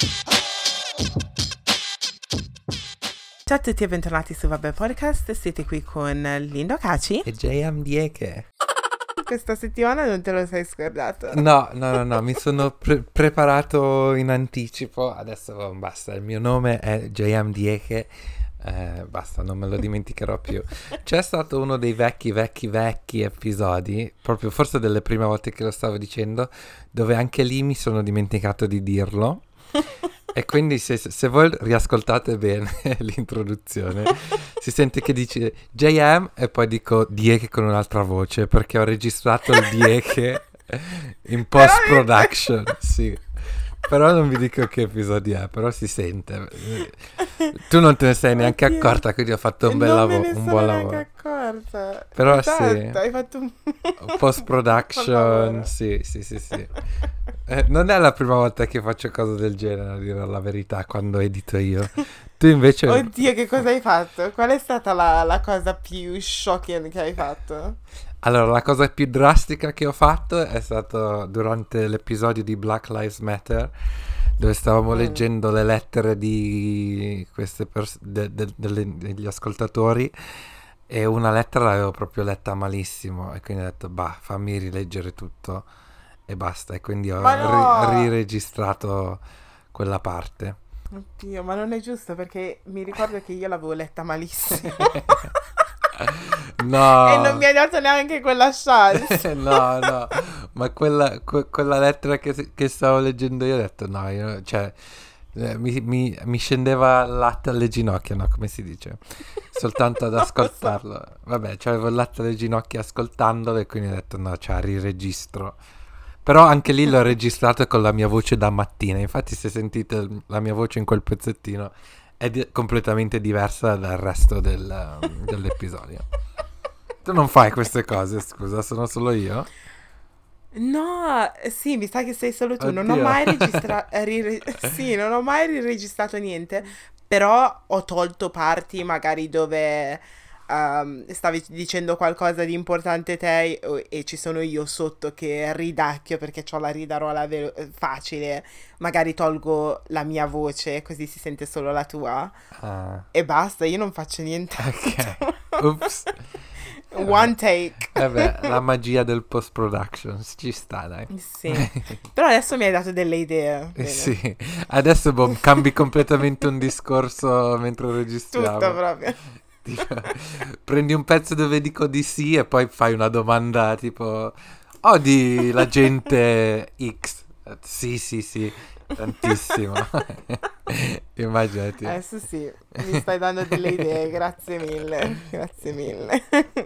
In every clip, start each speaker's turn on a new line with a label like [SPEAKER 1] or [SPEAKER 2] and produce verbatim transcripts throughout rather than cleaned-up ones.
[SPEAKER 1] Ciao a tutti e bentornati su Vabbè Podcast, siete qui con Lindo Caci
[SPEAKER 2] e J M Dieke.
[SPEAKER 1] Questa settimana non te lo sei scordato?
[SPEAKER 2] No, no, no, no, mi sono pre- preparato in anticipo, adesso basta, il mio nome è J M Dieke, eh, basta, non me lo dimenticherò più. C'è stato uno dei vecchi, vecchi, vecchi episodi, proprio forse delle prime volte che lo stavo dicendo, dove anche lì mi sono dimenticato di dirlo. E quindi se, se voi riascoltate bene l'introduzione si sente che dice J M e poi dico Dieke con un'altra voce, perché ho registrato il Dieke in post production, sì. Però non vi dico che episodio è, però si sente. Tu non te ne sei neanche
[SPEAKER 1] Oddio.
[SPEAKER 2] accorta, quindi ho fatto un bel lavoro, un buon lavoro.
[SPEAKER 1] Accorta.
[SPEAKER 2] Però
[SPEAKER 1] esatto,
[SPEAKER 2] sì,
[SPEAKER 1] hai fatto un
[SPEAKER 2] post production, sì, sì, sì, sì. Eh, non è la prima volta che faccio cose del genere, a dire la verità, quando edito io. Tu invece...
[SPEAKER 1] Oddio, che cosa hai fatto? Qual è stata la, la cosa più shocking che hai fatto?
[SPEAKER 2] Allora, la cosa più drastica che ho fatto è stato durante l'episodio di Black Lives Matter, dove stavamo mm. leggendo le lettere di queste pers- de- de- delle- degli ascoltatori, e una lettera l'avevo proprio letta malissimo, e quindi ho detto, bah, fammi rileggere tutto e basta, e quindi ho
[SPEAKER 1] Ma no!
[SPEAKER 2] ri- riregistrato quella parte.
[SPEAKER 1] Oddio, ma non è giusto, perché mi ricordo che io l'avevo letta malissimo.
[SPEAKER 2] No.
[SPEAKER 1] E non mi hai dato neanche quella chance.
[SPEAKER 2] No, no, ma quella, que- quella lettera che, che stavo leggendo io ho detto no, io, cioè eh, mi, mi, mi scendeva il latte alle ginocchia, no, come si dice, soltanto ad ascoltarlo. So. Vabbè, c'avevo il latte alle ginocchia ascoltandolo, e quindi ho detto no, cioè riregistro. Però anche lì l'ho registrato con la mia voce da mattina, infatti se sentite la mia voce in quel pezzettino è di- completamente diversa dal resto del, dell'episodio. Tu non fai queste cose, scusa, sono solo io?
[SPEAKER 1] No, sì, mi sa che sei solo tu.
[SPEAKER 2] Oddio.
[SPEAKER 1] Non ho mai registrato. Ri- sì, non ho mai riregistrato niente. Però ho tolto parti magari dove um, stavi dicendo qualcosa di importante te e, e ci sono io sotto che ridacchio perché ho la ridarola velo- facile. Magari tolgo la mia voce, così si sente solo la tua.
[SPEAKER 2] Ah.
[SPEAKER 1] E basta, io non faccio niente.
[SPEAKER 2] Ok. Ups.
[SPEAKER 1] One take.
[SPEAKER 2] Vabbè, la magia del post production ci sta, dai.
[SPEAKER 1] Sì. Però adesso mi hai dato delle idee. Bene.
[SPEAKER 2] Sì. Adesso boh, cambi completamente un discorso mentre registriamo.
[SPEAKER 1] Tutto proprio.
[SPEAKER 2] Tipo, prendi un pezzo dove dico di sì e poi fai una domanda tipo odi la gente X? Sì, sì, sì, tantissimo. Immaginati.
[SPEAKER 1] Adesso sì, mi stai dando delle idee, grazie mille, grazie mille.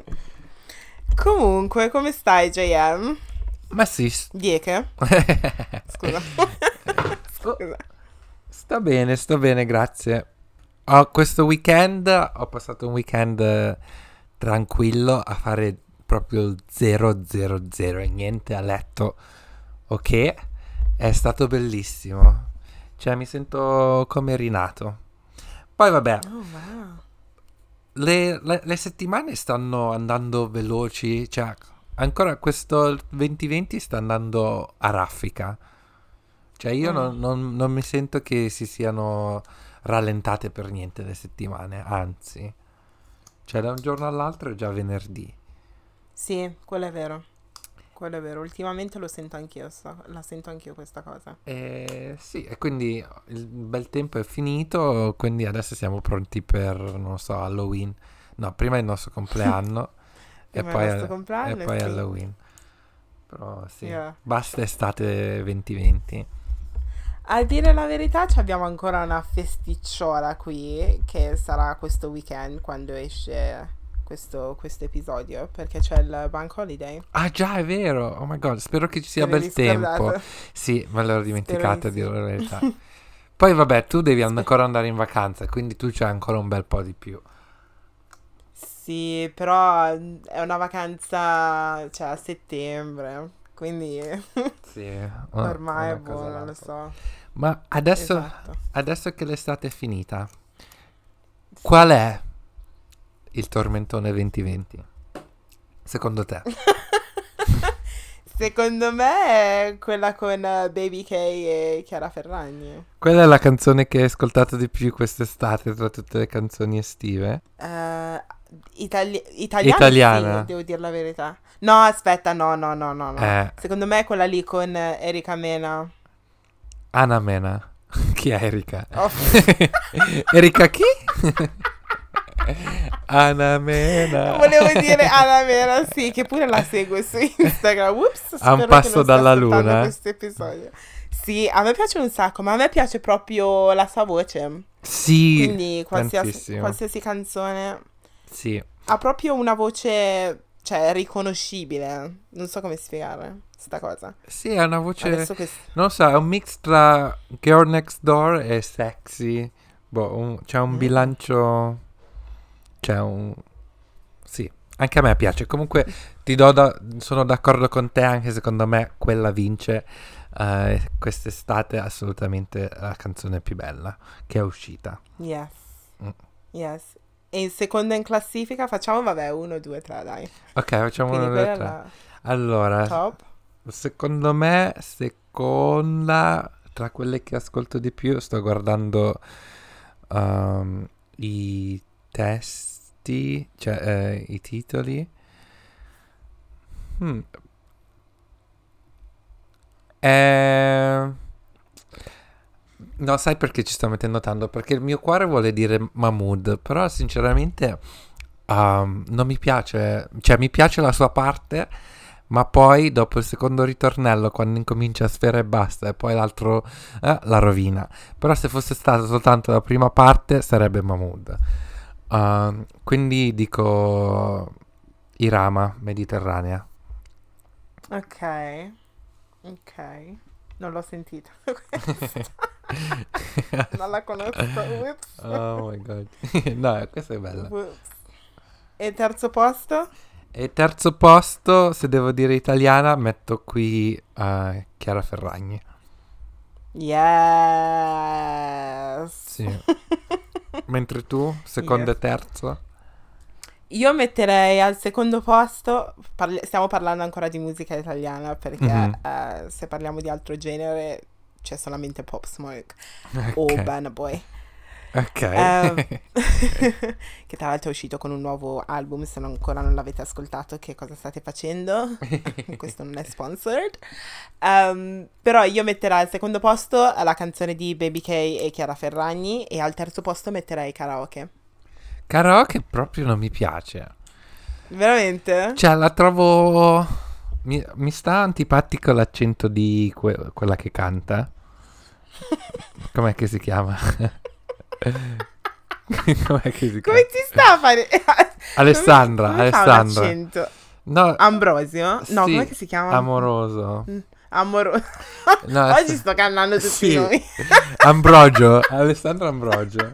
[SPEAKER 1] Comunque, come stai, J M?
[SPEAKER 2] Ma sì.
[SPEAKER 1] Dieke? Scusa.
[SPEAKER 2] Scusa. Sta bene, sto bene, grazie. Ho questo weekend, ho passato un weekend eh, tranquillo a fare proprio il zero zero zero e niente a letto. Ok? È stato bellissimo. Cioè, mi sento come rinato. Poi vabbè.
[SPEAKER 1] Oh, wow.
[SPEAKER 2] Le, le, le settimane stanno andando veloci, cioè ancora questo venti venti sta andando a raffica, cioè io mm. non, non, non mi sento che si siano rallentate per niente le settimane, anzi, cioè da un giorno all'altro è già venerdì.
[SPEAKER 1] Sì, quello è vero, quello è vero, ultimamente lo sento anch'io, la sento anch'io questa cosa.
[SPEAKER 2] Eh, sì, e quindi il bel tempo è finito, quindi adesso siamo pronti per, non so, Halloween. No, prima è il nostro compleanno e poi,
[SPEAKER 1] il nostro compleanno,
[SPEAKER 2] e poi
[SPEAKER 1] sì.
[SPEAKER 2] Halloween. Però sì,
[SPEAKER 1] Yeah.
[SPEAKER 2] basta estate venti venti.
[SPEAKER 1] A dire la verità abbiamo ancora una festicciola qui che sarà questo weekend quando esce questo, questo episodio, perché c'è il Bank Holiday.
[SPEAKER 2] Ah già, è vero, oh my god, spero che ci sia
[SPEAKER 1] Te
[SPEAKER 2] bel tempo. Sì, me l'ero dimenticata, a dire la verità. Poi vabbè, tu devi and- ancora andare in vacanza, quindi tu c'hai ancora un bel po' di più.
[SPEAKER 1] Sì, però è una vacanza, cioè, a settembre, quindi
[SPEAKER 2] sì,
[SPEAKER 1] ormai è buono, non lo so.
[SPEAKER 2] Ma adesso,
[SPEAKER 1] esatto.
[SPEAKER 2] adesso che l'estate è finita, sì. Qual è il tormentone venti venti? Secondo te?
[SPEAKER 1] Secondo me è quella con eh, Baby K e Chiara Ferragni.
[SPEAKER 2] Quella è la canzone che hai ascoltato di più quest'estate tra tutte le canzoni estive?
[SPEAKER 1] Eh, itali- italiana,
[SPEAKER 2] Italiana.
[SPEAKER 1] sì, devo dire la verità. No, aspetta, no, no, no, no, no.
[SPEAKER 2] Eh,
[SPEAKER 1] Secondo me è quella lì con eh, Erika Mena.
[SPEAKER 2] Anna Mena. Chi è Erika?
[SPEAKER 1] Oh.
[SPEAKER 2] Erika chi? Anna Mena.
[SPEAKER 1] Volevo dire Anna Mena, sì, che pure la seguo su Instagram. Ups,
[SPEAKER 2] A un
[SPEAKER 1] spero
[SPEAKER 2] passo
[SPEAKER 1] che non stia
[SPEAKER 2] dalla
[SPEAKER 1] ascoltando
[SPEAKER 2] luna.
[SPEAKER 1] questo episodio. Sì, a me piace un sacco, ma a me piace proprio la sua voce.
[SPEAKER 2] Sì,
[SPEAKER 1] Quindi qualsiasi,
[SPEAKER 2] tantissimo.
[SPEAKER 1] qualsiasi canzone
[SPEAKER 2] Sì.
[SPEAKER 1] ha proprio una voce, cioè, riconoscibile. Non so come spiegare sta cosa.
[SPEAKER 2] Sì, ha una voce,
[SPEAKER 1] Adesso che...
[SPEAKER 2] non lo so, è un mix tra Girl Next Door e Sexy. Boh, un- c'è un
[SPEAKER 1] Mm.
[SPEAKER 2] bilancio, c'è un... Sì, anche a me piace. Comunque ti do da... sono d'accordo con te, anche secondo me quella vince. Eh, quest'estate è assolutamente la canzone più bella che è uscita.
[SPEAKER 1] Yes,
[SPEAKER 2] Mm.
[SPEAKER 1] yes. E in seconda in classifica facciamo, vabbè, uno, due, tre, dai.
[SPEAKER 2] Ok, facciamo
[SPEAKER 1] Quindi
[SPEAKER 2] uno, due,
[SPEAKER 1] quella è
[SPEAKER 2] tre.
[SPEAKER 1] la
[SPEAKER 2] Allora,
[SPEAKER 1] top.
[SPEAKER 2] secondo me, seconda tra quelle che ascolto di più, sto guardando um, i testi, cioè eh, i titoli. Hmm. Eh, No, sai perché ci sto mettendo tanto? Perché il mio cuore vuole dire Mahmood, però sinceramente um, non mi piace, cioè mi piace la sua parte, ma poi dopo il secondo ritornello, quando incomincia a sfera e basta, e poi l'altro eh, la rovina. Però se fosse stata soltanto la prima parte sarebbe Mahmood. Uh, quindi dico Irama, Mediterranea.
[SPEAKER 1] Ok, ok. Non l'ho sentita. Non la conosco. Ups.
[SPEAKER 2] Oh my god. No, questa è bella.
[SPEAKER 1] Ups. E terzo posto?
[SPEAKER 2] E terzo posto, se devo dire italiana, metto qui uh, Chiara Ferragni.
[SPEAKER 1] Yes.
[SPEAKER 2] Sì. Mentre tu, secondo
[SPEAKER 1] Yes.
[SPEAKER 2] e terzo?
[SPEAKER 1] Io metterei al secondo posto, parli- stiamo parlando ancora di musica italiana perché
[SPEAKER 2] Mhm.
[SPEAKER 1] eh, se parliamo di altro genere c'è solamente Pop Smoke o
[SPEAKER 2] Ok.
[SPEAKER 1] Burna Boy.
[SPEAKER 2] Ok.
[SPEAKER 1] Ehm, che tra l'altro è uscito con un nuovo album, se non- ancora non l'avete ascoltato, che cosa state facendo? Questo non è sponsored. Ehm, però io metterei al secondo posto la canzone di Baby K e Chiara Ferragni e al terzo posto metterei Karaoke.
[SPEAKER 2] Karaoke proprio non mi piace.
[SPEAKER 1] Veramente?
[SPEAKER 2] Cioè, la trovo... Mi, mi sta antipatico l'accento di que- quella che canta. Com'è che si chiama? Com'è che si chiama?
[SPEAKER 1] Come ti sta a fare?
[SPEAKER 2] Alessandra,
[SPEAKER 1] come, come fa un
[SPEAKER 2] Alessandra.
[SPEAKER 1] accento?
[SPEAKER 2] No,
[SPEAKER 1] Ambrosio? No,
[SPEAKER 2] sì,
[SPEAKER 1] come che si chiama?
[SPEAKER 2] Amoroso.
[SPEAKER 1] Mm, Amoroso.
[SPEAKER 2] No,
[SPEAKER 1] Oggi
[SPEAKER 2] sì.
[SPEAKER 1] sto cannando tutti
[SPEAKER 2] Sì.
[SPEAKER 1] i nomi.
[SPEAKER 2] Ambrogio, Alessandro Ambrogio.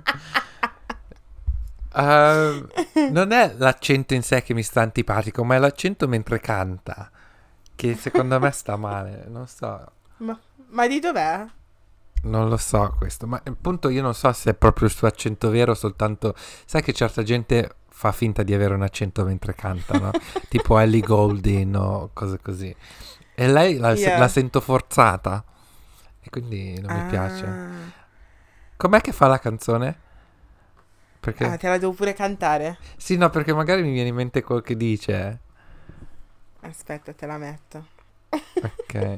[SPEAKER 2] Uh, non è l'accento in sé che mi sta antipatico, ma è l'accento mentre canta, che secondo me sta male, non so,
[SPEAKER 1] Ma, ma di dov'è?
[SPEAKER 2] non lo so questo, ma appunto io non so se è proprio il suo accento vero o soltanto, sai che certa gente fa finta di avere un accento mentre canta, no? Tipo Ellie Goulding o cose così, e lei la,
[SPEAKER 1] Yeah.
[SPEAKER 2] la sento forzata e quindi non mi piace.
[SPEAKER 1] Ah.
[SPEAKER 2] Com'è che fa la canzone? Perché...
[SPEAKER 1] Ah, te la devo pure cantare.
[SPEAKER 2] Sì, no, perché magari mi viene in mente quel che dice.
[SPEAKER 1] Aspetta, te la metto.
[SPEAKER 2] Ok.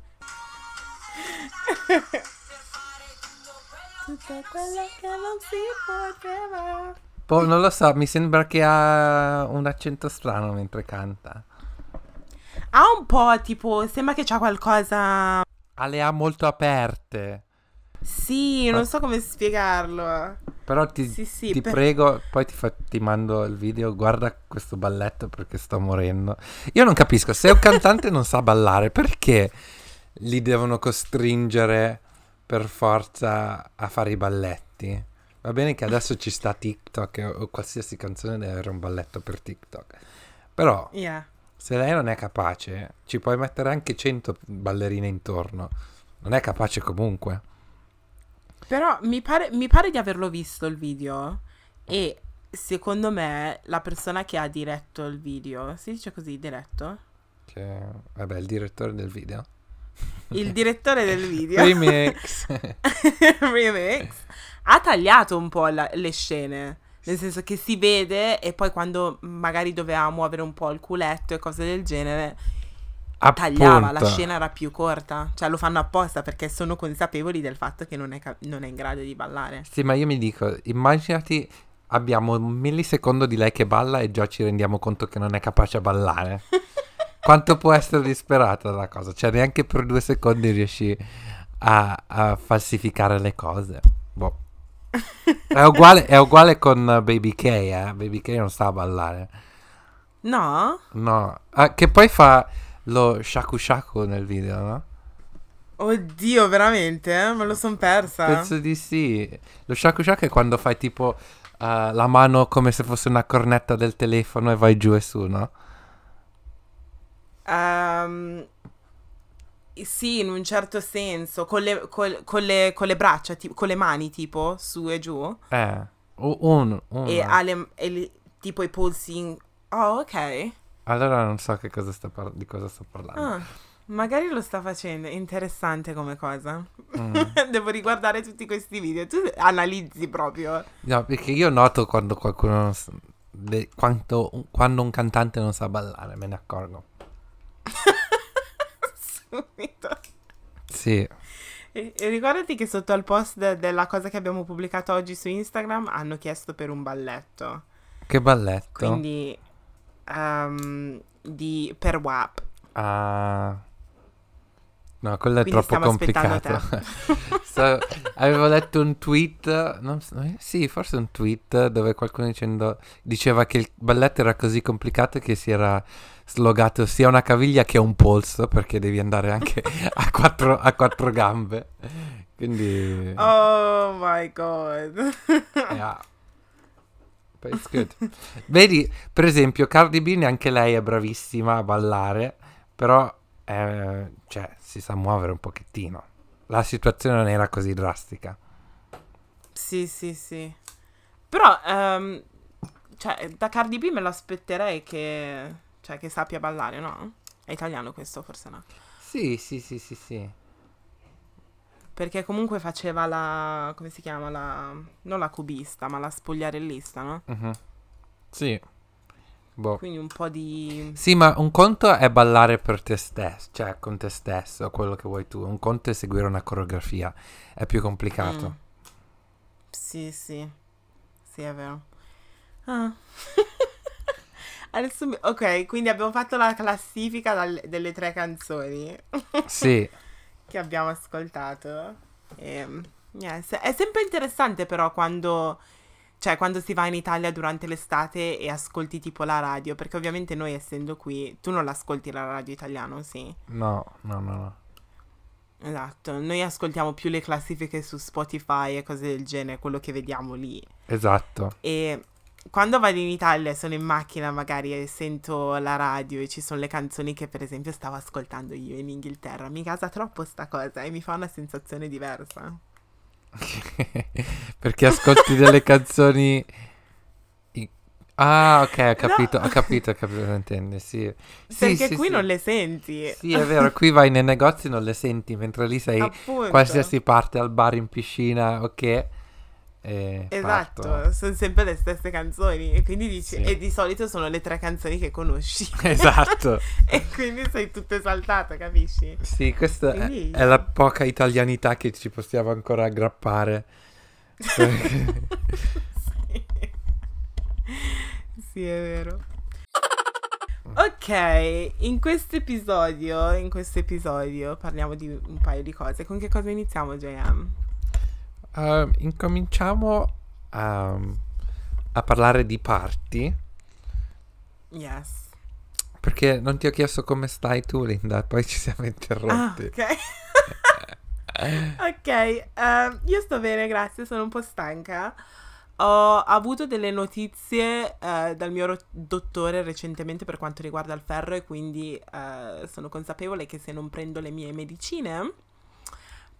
[SPEAKER 1] Tutto quello che non si poteva.
[SPEAKER 2] Poi non lo so, mi sembra che ha un accento strano mentre canta.
[SPEAKER 1] Ha un po' tipo, sembra che c'ha qualcosa.
[SPEAKER 2] Ha le ha molto aperte.
[SPEAKER 1] Sì, non so come spiegarlo.
[SPEAKER 2] Però ti,
[SPEAKER 1] Sì, sì,
[SPEAKER 2] ti
[SPEAKER 1] per-
[SPEAKER 2] prego, poi ti, fa- ti mando il video, guarda questo balletto perché sto morendo. Io non capisco, se un cantante non sa ballare, perché li devono costringere per forza a fare i balletti? Va bene che adesso ci sta TikTok o qualsiasi canzone deve avere un balletto per TikTok. Però
[SPEAKER 1] Yeah.
[SPEAKER 2] se lei non è capace, ci puoi mettere anche cento ballerine intorno. Non è capace comunque.
[SPEAKER 1] Però mi pare, mi pare di averlo visto il video e secondo me la persona che ha diretto il video, si dice così, diretto?
[SPEAKER 2] Che, vabbè, il direttore del video.
[SPEAKER 1] Il direttore del video.
[SPEAKER 2] Remix.
[SPEAKER 1] Remix. Ha tagliato un po' la- le scene. Nel senso che si vede e poi quando magari doveva muovere un po' il culetto e cose del genere, tagliava, la
[SPEAKER 2] Appunto.
[SPEAKER 1] scena era più corta. Cioè lo fanno apposta perché sono consapevoli del fatto che non è, cap- non è in grado di ballare.
[SPEAKER 2] Sì, ma io mi dico, immaginati, abbiamo un millisecondo di lei che balla e già ci rendiamo conto che non è capace a ballare. Quanto può essere disperata la cosa? Cioè, neanche per due secondi riesci a, a falsificare le cose. Boh. È uguale, è uguale con Baby K, eh. Baby K non sta a ballare.
[SPEAKER 1] No?
[SPEAKER 2] No. Ah, che poi fa lo shaku shaku nel video, no?
[SPEAKER 1] Oddio, veramente? Me lo son persa.
[SPEAKER 2] Penso di sì. Lo shaku shaku è quando fai tipo eh, la mano come se fosse una cornetta del telefono e vai giù e su, no?
[SPEAKER 1] Ehm, sì, in un certo senso, con le, col- con le- con le braccia, ti- con le mani tipo, su e giù,
[SPEAKER 2] Eh. u- Un,
[SPEAKER 1] e
[SPEAKER 2] uno.
[SPEAKER 1] ha le, e li- tipo i polsi in... Oh, ok.
[SPEAKER 2] Allora non so che cosa sta par- di cosa sto parlando.
[SPEAKER 1] Ah, magari lo sta facendo, interessante come cosa.
[SPEAKER 2] Mm.
[SPEAKER 1] Devo riguardare tutti questi video, tu analizzi proprio.
[SPEAKER 2] No, perché io noto quando qualcuno non sa- de- quanto- quando un cantante non sa ballare, me ne accorgo.
[SPEAKER 1] Subito.
[SPEAKER 2] Sì.
[SPEAKER 1] E, e ricordati che sotto al post de- della cosa che abbiamo pubblicato oggi su Instagram hanno chiesto per un balletto.
[SPEAKER 2] Che balletto.
[SPEAKER 1] Quindi ehm, di per W A P.
[SPEAKER 2] Ah. No, quello è
[SPEAKER 1] Quindi
[SPEAKER 2] troppo
[SPEAKER 1] stiamo aspettando
[SPEAKER 2] complicato. So, avevo letto un tweet, non so- eh, sì, forse un tweet dove qualcuno dicendo, diceva che il balletto era così complicato che si era slogato sia una caviglia che un polso, perché devi andare anche a quattro, a quattro gambe. Quindi...
[SPEAKER 1] Oh my god.
[SPEAKER 2] yeah. But it's good. Vedi, per esempio, Cardi B neanche lei è bravissima a ballare, però eh, cioè, si sa muovere un pochettino. La situazione non era così drastica.
[SPEAKER 1] Sì, sì, sì. Però, ehm, cioè, da Cardi B me lo aspetterei che, cioè, che sappia ballare, no? È italiano questo, forse no.
[SPEAKER 2] Sì, sì, sì, sì, sì.
[SPEAKER 1] Perché comunque faceva la, come si chiama, la, non la cubista, ma la spogliarellista, no?
[SPEAKER 2] Mhm. Sì. Boh.
[SPEAKER 1] Quindi un po' di...
[SPEAKER 2] Sì, ma un conto è ballare per te stesso, cioè con te stesso, quello che vuoi tu. Un conto è seguire una coreografia. È più complicato.
[SPEAKER 1] Mm. Sì, sì. Sì, è vero. Ah. Adesso mi- ok, quindi abbiamo fatto la classifica dal- delle tre canzoni
[SPEAKER 2] Sì.
[SPEAKER 1] che abbiamo ascoltato. E, yes. È sempre interessante però quando, cioè, quando si va in Italia durante l'estate e ascolti tipo la radio, perché ovviamente noi essendo qui, tu non l'ascolti la radio italiano, sì?
[SPEAKER 2] No, no, no, no.
[SPEAKER 1] Esatto, noi ascoltiamo più le classifiche su Spotify e cose del genere, quello che vediamo lì.
[SPEAKER 2] Esatto.
[SPEAKER 1] E quando vado in Italia, sono in macchina magari e sento la radio e ci sono le canzoni che per esempio stavo ascoltando io in Inghilterra. Mi casa troppo sta cosa e mi fa una sensazione diversa.
[SPEAKER 2] Perché ascolti delle canzoni... i- Ah, ok, ho capito,
[SPEAKER 1] No.
[SPEAKER 2] ho capito, ho capito cosa intendi, sì. Sì,
[SPEAKER 1] Perché
[SPEAKER 2] sì,
[SPEAKER 1] qui
[SPEAKER 2] sì.
[SPEAKER 1] non le senti.
[SPEAKER 2] Sì, è vero, qui vai nei negozi e non le senti, mentre lì sei
[SPEAKER 1] Appunto.
[SPEAKER 2] qualsiasi parte, al bar, in piscina, ok? E
[SPEAKER 1] Esatto,
[SPEAKER 2] parto.
[SPEAKER 1] sono sempre le stesse canzoni e quindi dici,
[SPEAKER 2] Sì.
[SPEAKER 1] e di solito sono le tre canzoni che conosci.
[SPEAKER 2] Esatto.
[SPEAKER 1] E quindi sei tutto esaltato, capisci?
[SPEAKER 2] Sì, questa è,
[SPEAKER 1] Quindi-
[SPEAKER 2] è la poca italianità che ci possiamo ancora aggrappare.
[SPEAKER 1] Sì. Sì, è vero. Ok, in questo episodio, in questo episodio parliamo di un paio di cose. Con che cosa iniziamo, J M?
[SPEAKER 2] Uh, incominciamo a, a parlare di party,
[SPEAKER 1] Yes.
[SPEAKER 2] perché non ti ho chiesto come stai tu, Linda, poi ci siamo
[SPEAKER 1] Ah,
[SPEAKER 2] interrotti.
[SPEAKER 1] ok. Ok, ehm, io sto bene, grazie, sono un po' stanca. Ho avuto delle notizie eh, dal mio ro- dottore recentemente per quanto riguarda il ferro e quindi eh, sono consapevole che se non prendo le mie medicine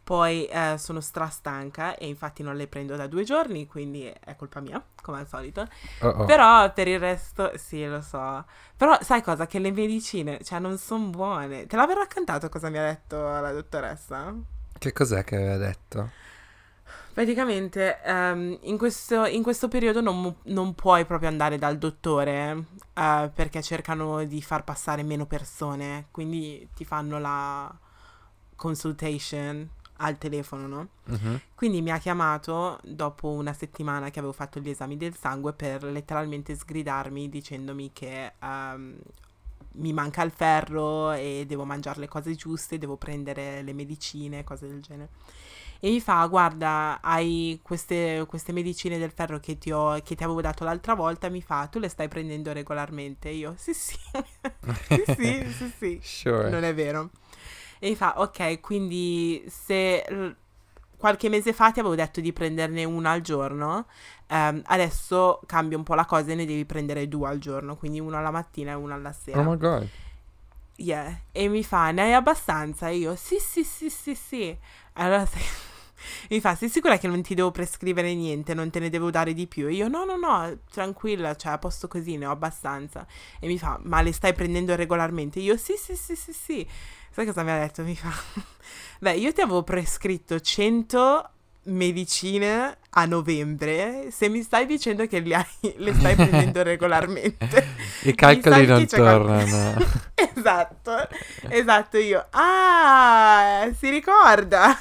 [SPEAKER 1] Poi eh, sono strastanca e infatti non le prendo da due giorni, quindi è colpa mia, come al solito.
[SPEAKER 2] Oh, oh.
[SPEAKER 1] Però per il resto, sì, lo so. Però sai cosa? Che le medicine, cioè, non sono buone. Te l'avevo raccontato cosa mi ha detto la dottoressa?
[SPEAKER 2] Che cos'è che aveva detto?
[SPEAKER 1] Praticamente ehm, in questo, in questo periodo non, mu- non puoi proprio andare dal dottore eh, perché cercano di far passare meno persone, quindi ti fanno la consultation al telefono, no?
[SPEAKER 2] Mhm.
[SPEAKER 1] Quindi mi ha chiamato dopo una settimana che avevo fatto gli esami del sangue per letteralmente sgridarmi dicendomi che ehm, mi manca il ferro e devo mangiare le cose giuste, devo prendere le medicine, cose del genere. E mi fa, guarda, hai queste, queste medicine del ferro che ti, ho, che ti avevo dato l'altra volta, mi fa, tu le stai prendendo regolarmente? Io, sì, sì, sì, sì, sì, sì,
[SPEAKER 2] Sure.
[SPEAKER 1] non è vero. E mi fa, ok, quindi se l- qualche mese fa ti avevo detto di prenderne una al giorno, ehm, adesso cambia un po' la cosa e ne devi prendere due al giorno, quindi una alla mattina e una alla
[SPEAKER 2] Oh
[SPEAKER 1] sera.
[SPEAKER 2] my god.
[SPEAKER 1] Yeah. E mi fa, ne hai abbastanza? E io, sì, sì, sì, sì, sì. Allora se- mi fa, sei sicura che non ti devo prescrivere niente, non te ne devo dare di più? E io, no, no, no, tranquilla, cioè a posto così, ne ho abbastanza. E mi fa, ma le stai prendendo regolarmente? E io, sì, sì, sì, sì, sì. Sai cosa mi ha detto? Mi fa, beh, io ti avevo prescritto cento medicine a novembre, se mi stai dicendo che le, hai- le stai prendendo regolarmente,
[SPEAKER 2] I
[SPEAKER 1] mi
[SPEAKER 2] calcoli
[SPEAKER 1] sa che
[SPEAKER 2] non
[SPEAKER 1] c'è qual-
[SPEAKER 2] tornano.
[SPEAKER 1] Esatto, esatto, io. Ah, si ricorda.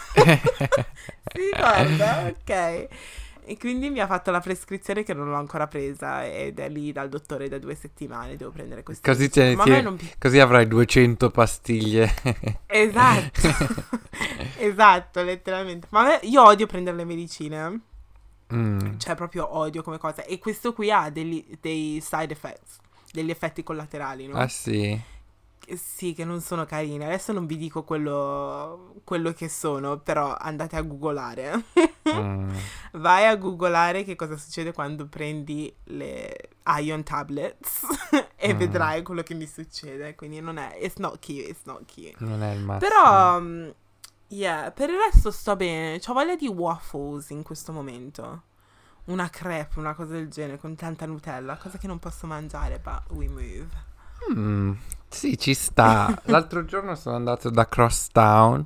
[SPEAKER 1] Si ricorda, ok. E quindi mi ha fatto la prescrizione che non l'ho ancora presa ed è lì dal dottore da due settimane, devo prendere queste
[SPEAKER 2] Così,
[SPEAKER 1] medicine.
[SPEAKER 2] te-
[SPEAKER 1] Ma a me
[SPEAKER 2] ti-
[SPEAKER 1] non pi-
[SPEAKER 2] così avrai duecento pastiglie.
[SPEAKER 1] Esatto, esatto, letteralmente. Ma a me- io odio prendere le medicine,
[SPEAKER 2] Mm.
[SPEAKER 1] cioè proprio odio come cosa. E questo qui ha degli- dei side effects, degli effetti collaterali,
[SPEAKER 2] Ah
[SPEAKER 1] no?
[SPEAKER 2] sì?
[SPEAKER 1] Che sì, che non sono carine. Adesso non vi dico quello, quello che sono, però andate a googolare.
[SPEAKER 2] Mm.
[SPEAKER 1] Vai a googolare che cosa succede quando prendi le ion tablets e
[SPEAKER 2] Mm.
[SPEAKER 1] vedrai quello che mi succede. Quindi non è, it's not cute, it's not cute.
[SPEAKER 2] Non è il massimo.
[SPEAKER 1] Però, mm, yeah, per il resto sto bene. C'ho voglia di waffles in questo momento. Una crepe, una cosa del genere, con tanta Nutella. Cosa che non posso mangiare, but we move.
[SPEAKER 2] Mm, sì, ci sta. L'altro giorno sono andato da Crosstown,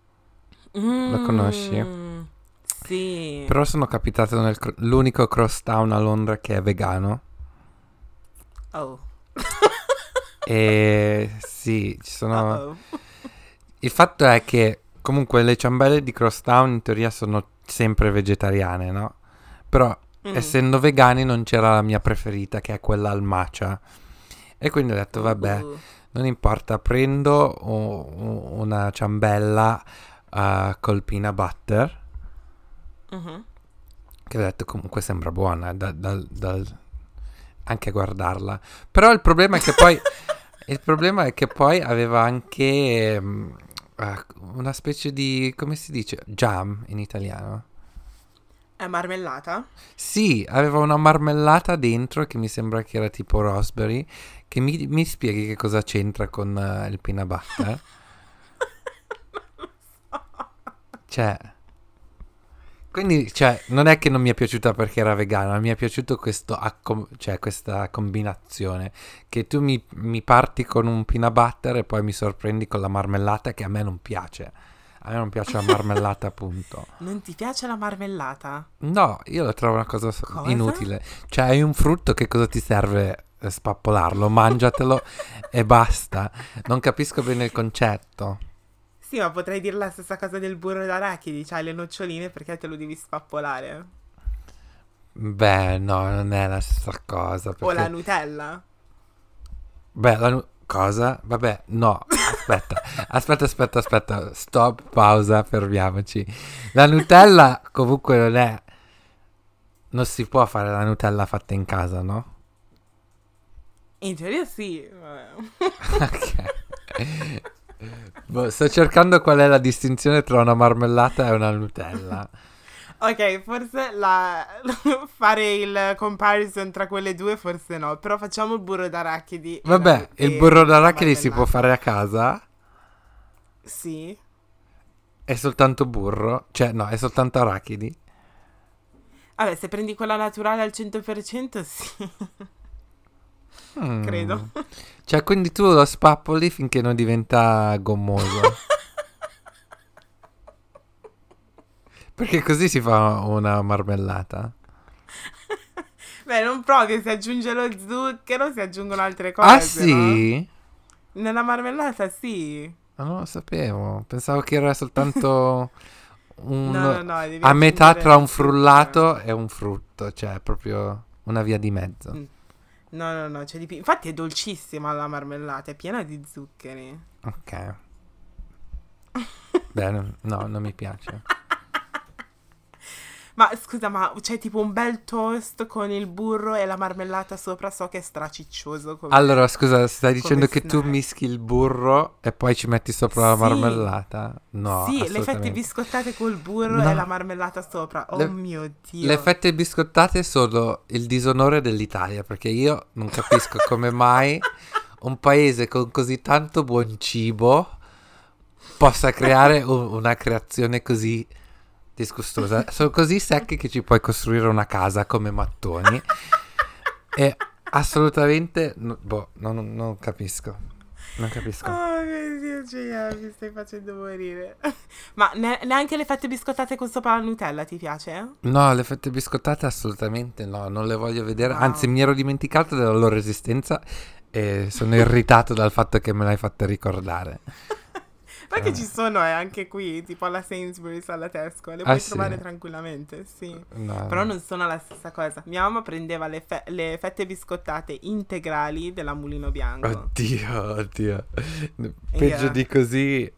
[SPEAKER 2] lo conosci?
[SPEAKER 1] Mm, sì.
[SPEAKER 2] Però sono capitato nell'unico Crosstown a Londra che è vegano.
[SPEAKER 1] Oh.
[SPEAKER 2] E sì, ci sono...
[SPEAKER 1] Uh-oh.
[SPEAKER 2] Il fatto è che comunque le ciambelle di Crosstown in teoria sono sempre vegetariane, no? Però
[SPEAKER 1] Mm.
[SPEAKER 2] essendo vegani non c'era la mia preferita, che è quella al matcha. E quindi ho detto, vabbè,
[SPEAKER 1] Uh.
[SPEAKER 2] non importa, prendo u- u- una ciambella uh, col peanut butter,
[SPEAKER 1] Mhm.
[SPEAKER 2] che ho detto comunque sembra buona, da- dal- dal- anche a guardarla. Però il problema è che poi, il problema è che poi aveva anche mm, ah, una specie di, come si dice, jam in italiano.
[SPEAKER 1] È marmellata?
[SPEAKER 2] Sì, aveva una marmellata dentro che mi sembra che era tipo raspberry. Che mi, mi spieghi che cosa c'entra con eh, il peanut butter? Cioè, quindi, cioè, non è che non mi è piaciuta perché era vegana, mi è piaciuto questo accom- cioè, questa combinazione. Che tu mi, mi parti con un peanut butter e poi mi sorprendi con la marmellata che a me non piace. A me non piace la marmellata, appunto.
[SPEAKER 1] Non ti piace la marmellata?
[SPEAKER 2] No, io la trovo una cosa so-
[SPEAKER 1] Cosa?
[SPEAKER 2] inutile. Cioè, hai un frutto, che cosa ti serve eh, spappolarlo? Mangiatelo e basta. Non capisco bene il concetto.
[SPEAKER 1] Sì, ma potrei dire la stessa cosa del burro d'arachidi, c'hai le noccioline perché te lo devi spappolare.
[SPEAKER 2] Beh, no, non è la stessa cosa.
[SPEAKER 1] O la
[SPEAKER 2] Perché...
[SPEAKER 1] Nutella.
[SPEAKER 2] Beh, la nu- cosa? Vabbè, no, aspetta, aspetta, aspetta, aspetta, stop, pausa, fermiamoci. La Nutella comunque non è... Non si può fare la Nutella fatta in casa, no?
[SPEAKER 1] In teoria sì. Vabbè.
[SPEAKER 2] Ok. Boh, sto cercando qual è la distinzione tra una marmellata e una Nutella.
[SPEAKER 1] Ok, forse la... fare il comparison tra quelle due forse no, però facciamo il burro d'arachidi. e
[SPEAKER 2] Vabbè,
[SPEAKER 1] la-
[SPEAKER 2] il
[SPEAKER 1] e
[SPEAKER 2] burro
[SPEAKER 1] la
[SPEAKER 2] d'arachidi si può
[SPEAKER 1] marmellata.
[SPEAKER 2] fare a casa?
[SPEAKER 1] Sì.
[SPEAKER 2] È soltanto burro? Cioè, no, è soltanto arachidi?
[SPEAKER 1] Vabbè, se prendi quella naturale al cento per cento, sì.
[SPEAKER 2] Mm.
[SPEAKER 1] Credo.
[SPEAKER 2] Cioè, quindi tu lo spappoli finché non diventa gommoso. Perché così si fa una marmellata.
[SPEAKER 1] Beh, non proprio, si aggiunge lo zucchero, si aggiungono altre cose,
[SPEAKER 2] Ah, sì?
[SPEAKER 1] no? Nella marmellata, sì.
[SPEAKER 2] Ah, non lo sapevo. Pensavo che era soltanto un...
[SPEAKER 1] No, no, no, devi
[SPEAKER 2] a metà
[SPEAKER 1] aggiungere
[SPEAKER 2] tra
[SPEAKER 1] lo
[SPEAKER 2] un
[SPEAKER 1] zucchero.
[SPEAKER 2] frullato e un frutto. Cioè, proprio una via di mezzo.
[SPEAKER 1] Mm. No, no, no, c'è di più. Infatti è dolcissima la marmellata, è piena di zuccheri.
[SPEAKER 2] Ok. Beh, no, non mi piace.
[SPEAKER 1] Ma scusa, ma c'è tipo un bel toast con il burro e la marmellata sopra, so che è straciccioso come,
[SPEAKER 2] Allora, scusa, stai
[SPEAKER 1] come
[SPEAKER 2] dicendo che tu
[SPEAKER 1] snack.
[SPEAKER 2] mischi il burro e poi ci metti sopra la
[SPEAKER 1] Sì,
[SPEAKER 2] marmellata? No,
[SPEAKER 1] sì, le fette
[SPEAKER 2] assolutamente.
[SPEAKER 1] biscottate col burro e la
[SPEAKER 2] No,
[SPEAKER 1] marmellata sopra. Oh
[SPEAKER 2] le,
[SPEAKER 1] mio
[SPEAKER 2] le
[SPEAKER 1] Dio.
[SPEAKER 2] fette biscottate sono il disonore dell'Italia, perché io non capisco come mai un paese con così tanto buon cibo possa creare un- una creazione così disgustosa. Sono così secche che ci puoi costruire una casa come mattoni. E assolutamente, no- boh, non, non capisco. Non capisco.
[SPEAKER 1] Oh mio Dio, Gioia, mi stai facendo morire. Ma ne- neanche le fette biscottate con sopra la Nutella ti piace?
[SPEAKER 2] No, le fette biscottate assolutamente no, non le voglio vedere. Anzi,
[SPEAKER 1] Wow.
[SPEAKER 2] mi ero dimenticato della loro esistenza e sono irritato dal fatto che me l'hai fatta ricordare.
[SPEAKER 1] Perché
[SPEAKER 2] Eh,
[SPEAKER 1] ci sono eh, anche qui, tipo alla Sainsbury's, alla Tesco, le
[SPEAKER 2] ah
[SPEAKER 1] puoi
[SPEAKER 2] sì,
[SPEAKER 1] trovare tranquillamente, sì. Però
[SPEAKER 2] no.
[SPEAKER 1] non sono la stessa cosa. Mia mamma prendeva le, fe- le fette biscottate integrali della Mulino Bianco.
[SPEAKER 2] Oddio, oddio.
[SPEAKER 1] E
[SPEAKER 2] Peggio
[SPEAKER 1] io-
[SPEAKER 2] di così.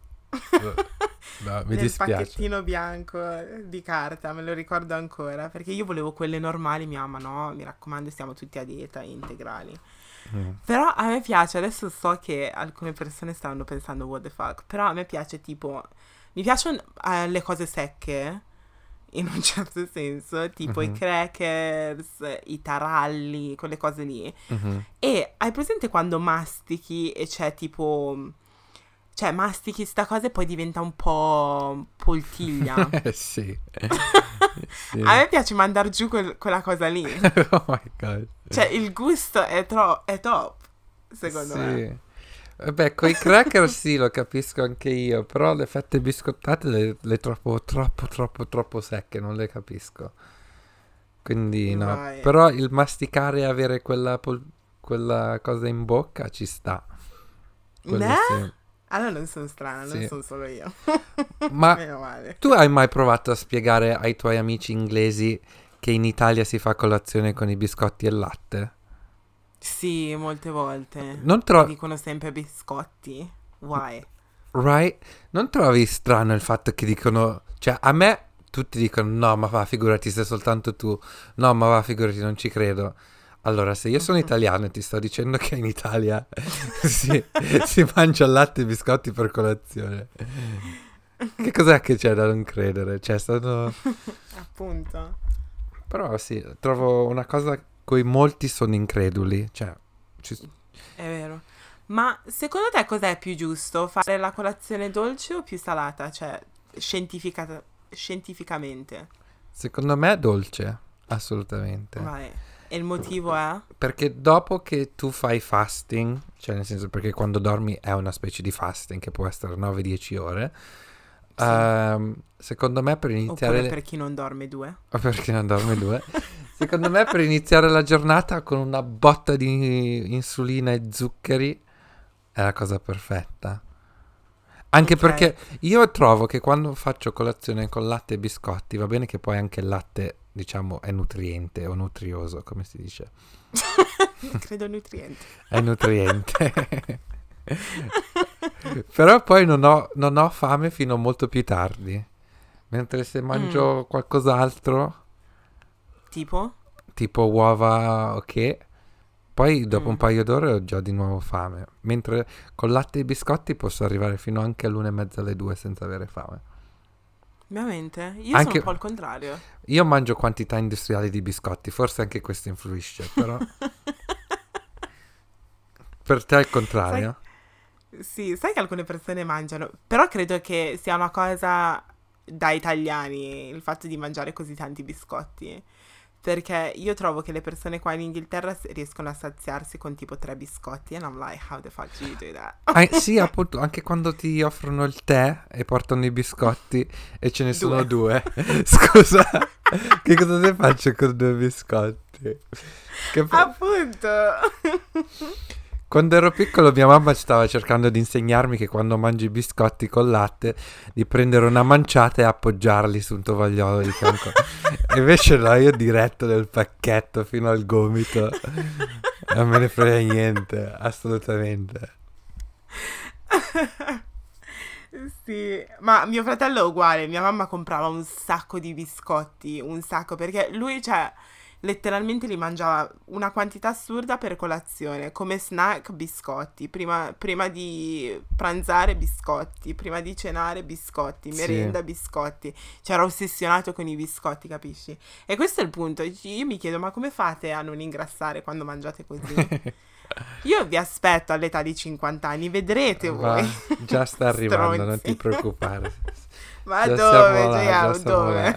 [SPEAKER 2] No, mi
[SPEAKER 1] nel
[SPEAKER 2] dispiace.
[SPEAKER 1] pacchettino bianco di carta, me lo ricordo ancora, perché io volevo quelle normali, mia mamma no, mi raccomando, stiamo tutti a dieta, integrali.
[SPEAKER 2] Mm.
[SPEAKER 1] Però a me piace, adesso so che alcune persone stanno pensando what the fuck, però a me piace tipo, mi piacciono eh, le cose secche, in un certo senso, tipo i
[SPEAKER 2] Mhm,
[SPEAKER 1] crackers, i taralli, quelle cose lì.
[SPEAKER 2] mhm.
[SPEAKER 1] E hai presente quando mastichi e c'è tipo, cioè mastichi sta cosa e poi diventa un po' poltiglia.
[SPEAKER 2] Eh, sì.
[SPEAKER 1] A
[SPEAKER 2] Sì.
[SPEAKER 1] me piace mandar giù quel- quella cosa lì.
[SPEAKER 2] Oh my god.
[SPEAKER 1] Cioè il gusto è, tro- è top, secondo me.
[SPEAKER 2] Sì. Vabbè, con i cracker sì, lo capisco anche io, però le fette biscottate le, le troppo, troppo, troppo, troppo secche, non le capisco. Quindi no,
[SPEAKER 1] Vai.
[SPEAKER 2] però il masticare e avere quella, pol- quella cosa in bocca ci sta. Quello
[SPEAKER 1] Ne?
[SPEAKER 2] sì.
[SPEAKER 1] Allora non sono strana, non
[SPEAKER 2] Sì.
[SPEAKER 1] sono solo io.
[SPEAKER 2] Ma
[SPEAKER 1] Meno male.
[SPEAKER 2] tu hai mai provato a spiegare ai tuoi amici inglesi che in Italia si fa colazione con i biscotti e il latte?
[SPEAKER 1] Sì, molte volte.
[SPEAKER 2] Non
[SPEAKER 1] Mi
[SPEAKER 2] trovi...
[SPEAKER 1] dicono sempre biscotti. Why?
[SPEAKER 2] Right? Non trovi strano il fatto che dicono, cioè a me tutti dicono no, ma va, figurati, sei soltanto tu. No, ma va, figurati, non ci credo. Allora, se io sono italiano e ti sto dicendo che in Italia si, si mangia latte e biscotti per colazione, che cos'è che c'è da non credere? Cioè, stanno...
[SPEAKER 1] Appunto.
[SPEAKER 2] Però sì, trovo una cosa cui molti sono increduli. Cioè, ci-
[SPEAKER 1] È vero. Ma secondo te cos'è più giusto? Fare la colazione dolce o più salata? Cioè, scientifica- scientificamente.
[SPEAKER 2] secondo me è dolce, assolutamente.
[SPEAKER 1] Vai. E il motivo è?
[SPEAKER 2] Perché dopo che tu fai fasting, cioè nel senso perché quando dormi è una specie di fasting che può essere nove dieci ore,
[SPEAKER 1] Sì.
[SPEAKER 2] ehm, secondo me per iniziare...
[SPEAKER 1] Oppure per chi non dorme due.
[SPEAKER 2] O perché non dormi due? Secondo me per iniziare la giornata con una botta di insulina e zuccheri è la cosa perfetta. Anche
[SPEAKER 1] Ok.
[SPEAKER 2] perché io trovo che quando faccio colazione con latte e biscotti, va bene che poi anche il latte, diciamo, è nutriente o nutrioso, come si dice?
[SPEAKER 1] Credo nutrienti.
[SPEAKER 2] È nutriente. Però poi non ho, non ho fame fino a molto più tardi. Mentre se mangio qualcos'altro,
[SPEAKER 1] Tipo?
[SPEAKER 2] tipo uova, ok, poi dopo un
[SPEAKER 1] Mm.
[SPEAKER 2] paio d'ore ho già di nuovo fame. Mentre con latte e biscotti posso arrivare fino anche all'una e mezza, alle due senza avere fame.
[SPEAKER 1] Veramente? Io sono
[SPEAKER 2] Anche
[SPEAKER 1] un po' al contrario.
[SPEAKER 2] io mangio quantità industriali di biscotti, forse anche questo influisce, però per te è il
[SPEAKER 1] Sai,
[SPEAKER 2] contrario.
[SPEAKER 1] Sì, sai che alcune persone mangiano, però credo che sia una cosa da italiani il fatto di mangiare così tanti biscotti. Perché io trovo che le persone qua in Inghilterra s- riescono a saziarsi con tipo tre biscotti. And I'm like, how the fuck do you do that?
[SPEAKER 2] Ah, sì, appunto, anche quando ti offrono il tè e portano i biscotti e ce ne sono
[SPEAKER 1] Due.
[SPEAKER 2] due. Scusa, che cosa ne faccio con due biscotti? Che poi-
[SPEAKER 1] Appunto.
[SPEAKER 2] Quando ero piccolo mia mamma stava cercando di insegnarmi che quando mangi i biscotti col latte di prendere una manciata e appoggiarli su un tovagliolo di fianco. E invece no, io diretto nel pacchetto fino al gomito. Non me ne frega niente, assolutamente.
[SPEAKER 1] Sì, ma mio fratello è uguale, mia mamma comprava un sacco di biscotti, un sacco, perché lui, cioè, letteralmente li mangiava una quantità assurda per colazione, come snack biscotti, prima, prima di pranzare biscotti, prima di cenare biscotti,
[SPEAKER 2] Sì.
[SPEAKER 1] merenda biscotti, cioè era ossessionato con i biscotti, capisci? E questo è il punto, io mi chiedo, ma come fate a non ingrassare quando mangiate così? Io vi aspetto all'età di cinquanta anni, vedrete
[SPEAKER 2] Va,
[SPEAKER 1] voi.
[SPEAKER 2] già sta arrivando, non ti
[SPEAKER 1] Stronzi.
[SPEAKER 2] preoccupare.
[SPEAKER 1] Ma
[SPEAKER 2] Già
[SPEAKER 1] dove,
[SPEAKER 2] siamo là, già
[SPEAKER 1] Gioiamo,
[SPEAKER 2] siamo
[SPEAKER 1] dove?
[SPEAKER 2] là.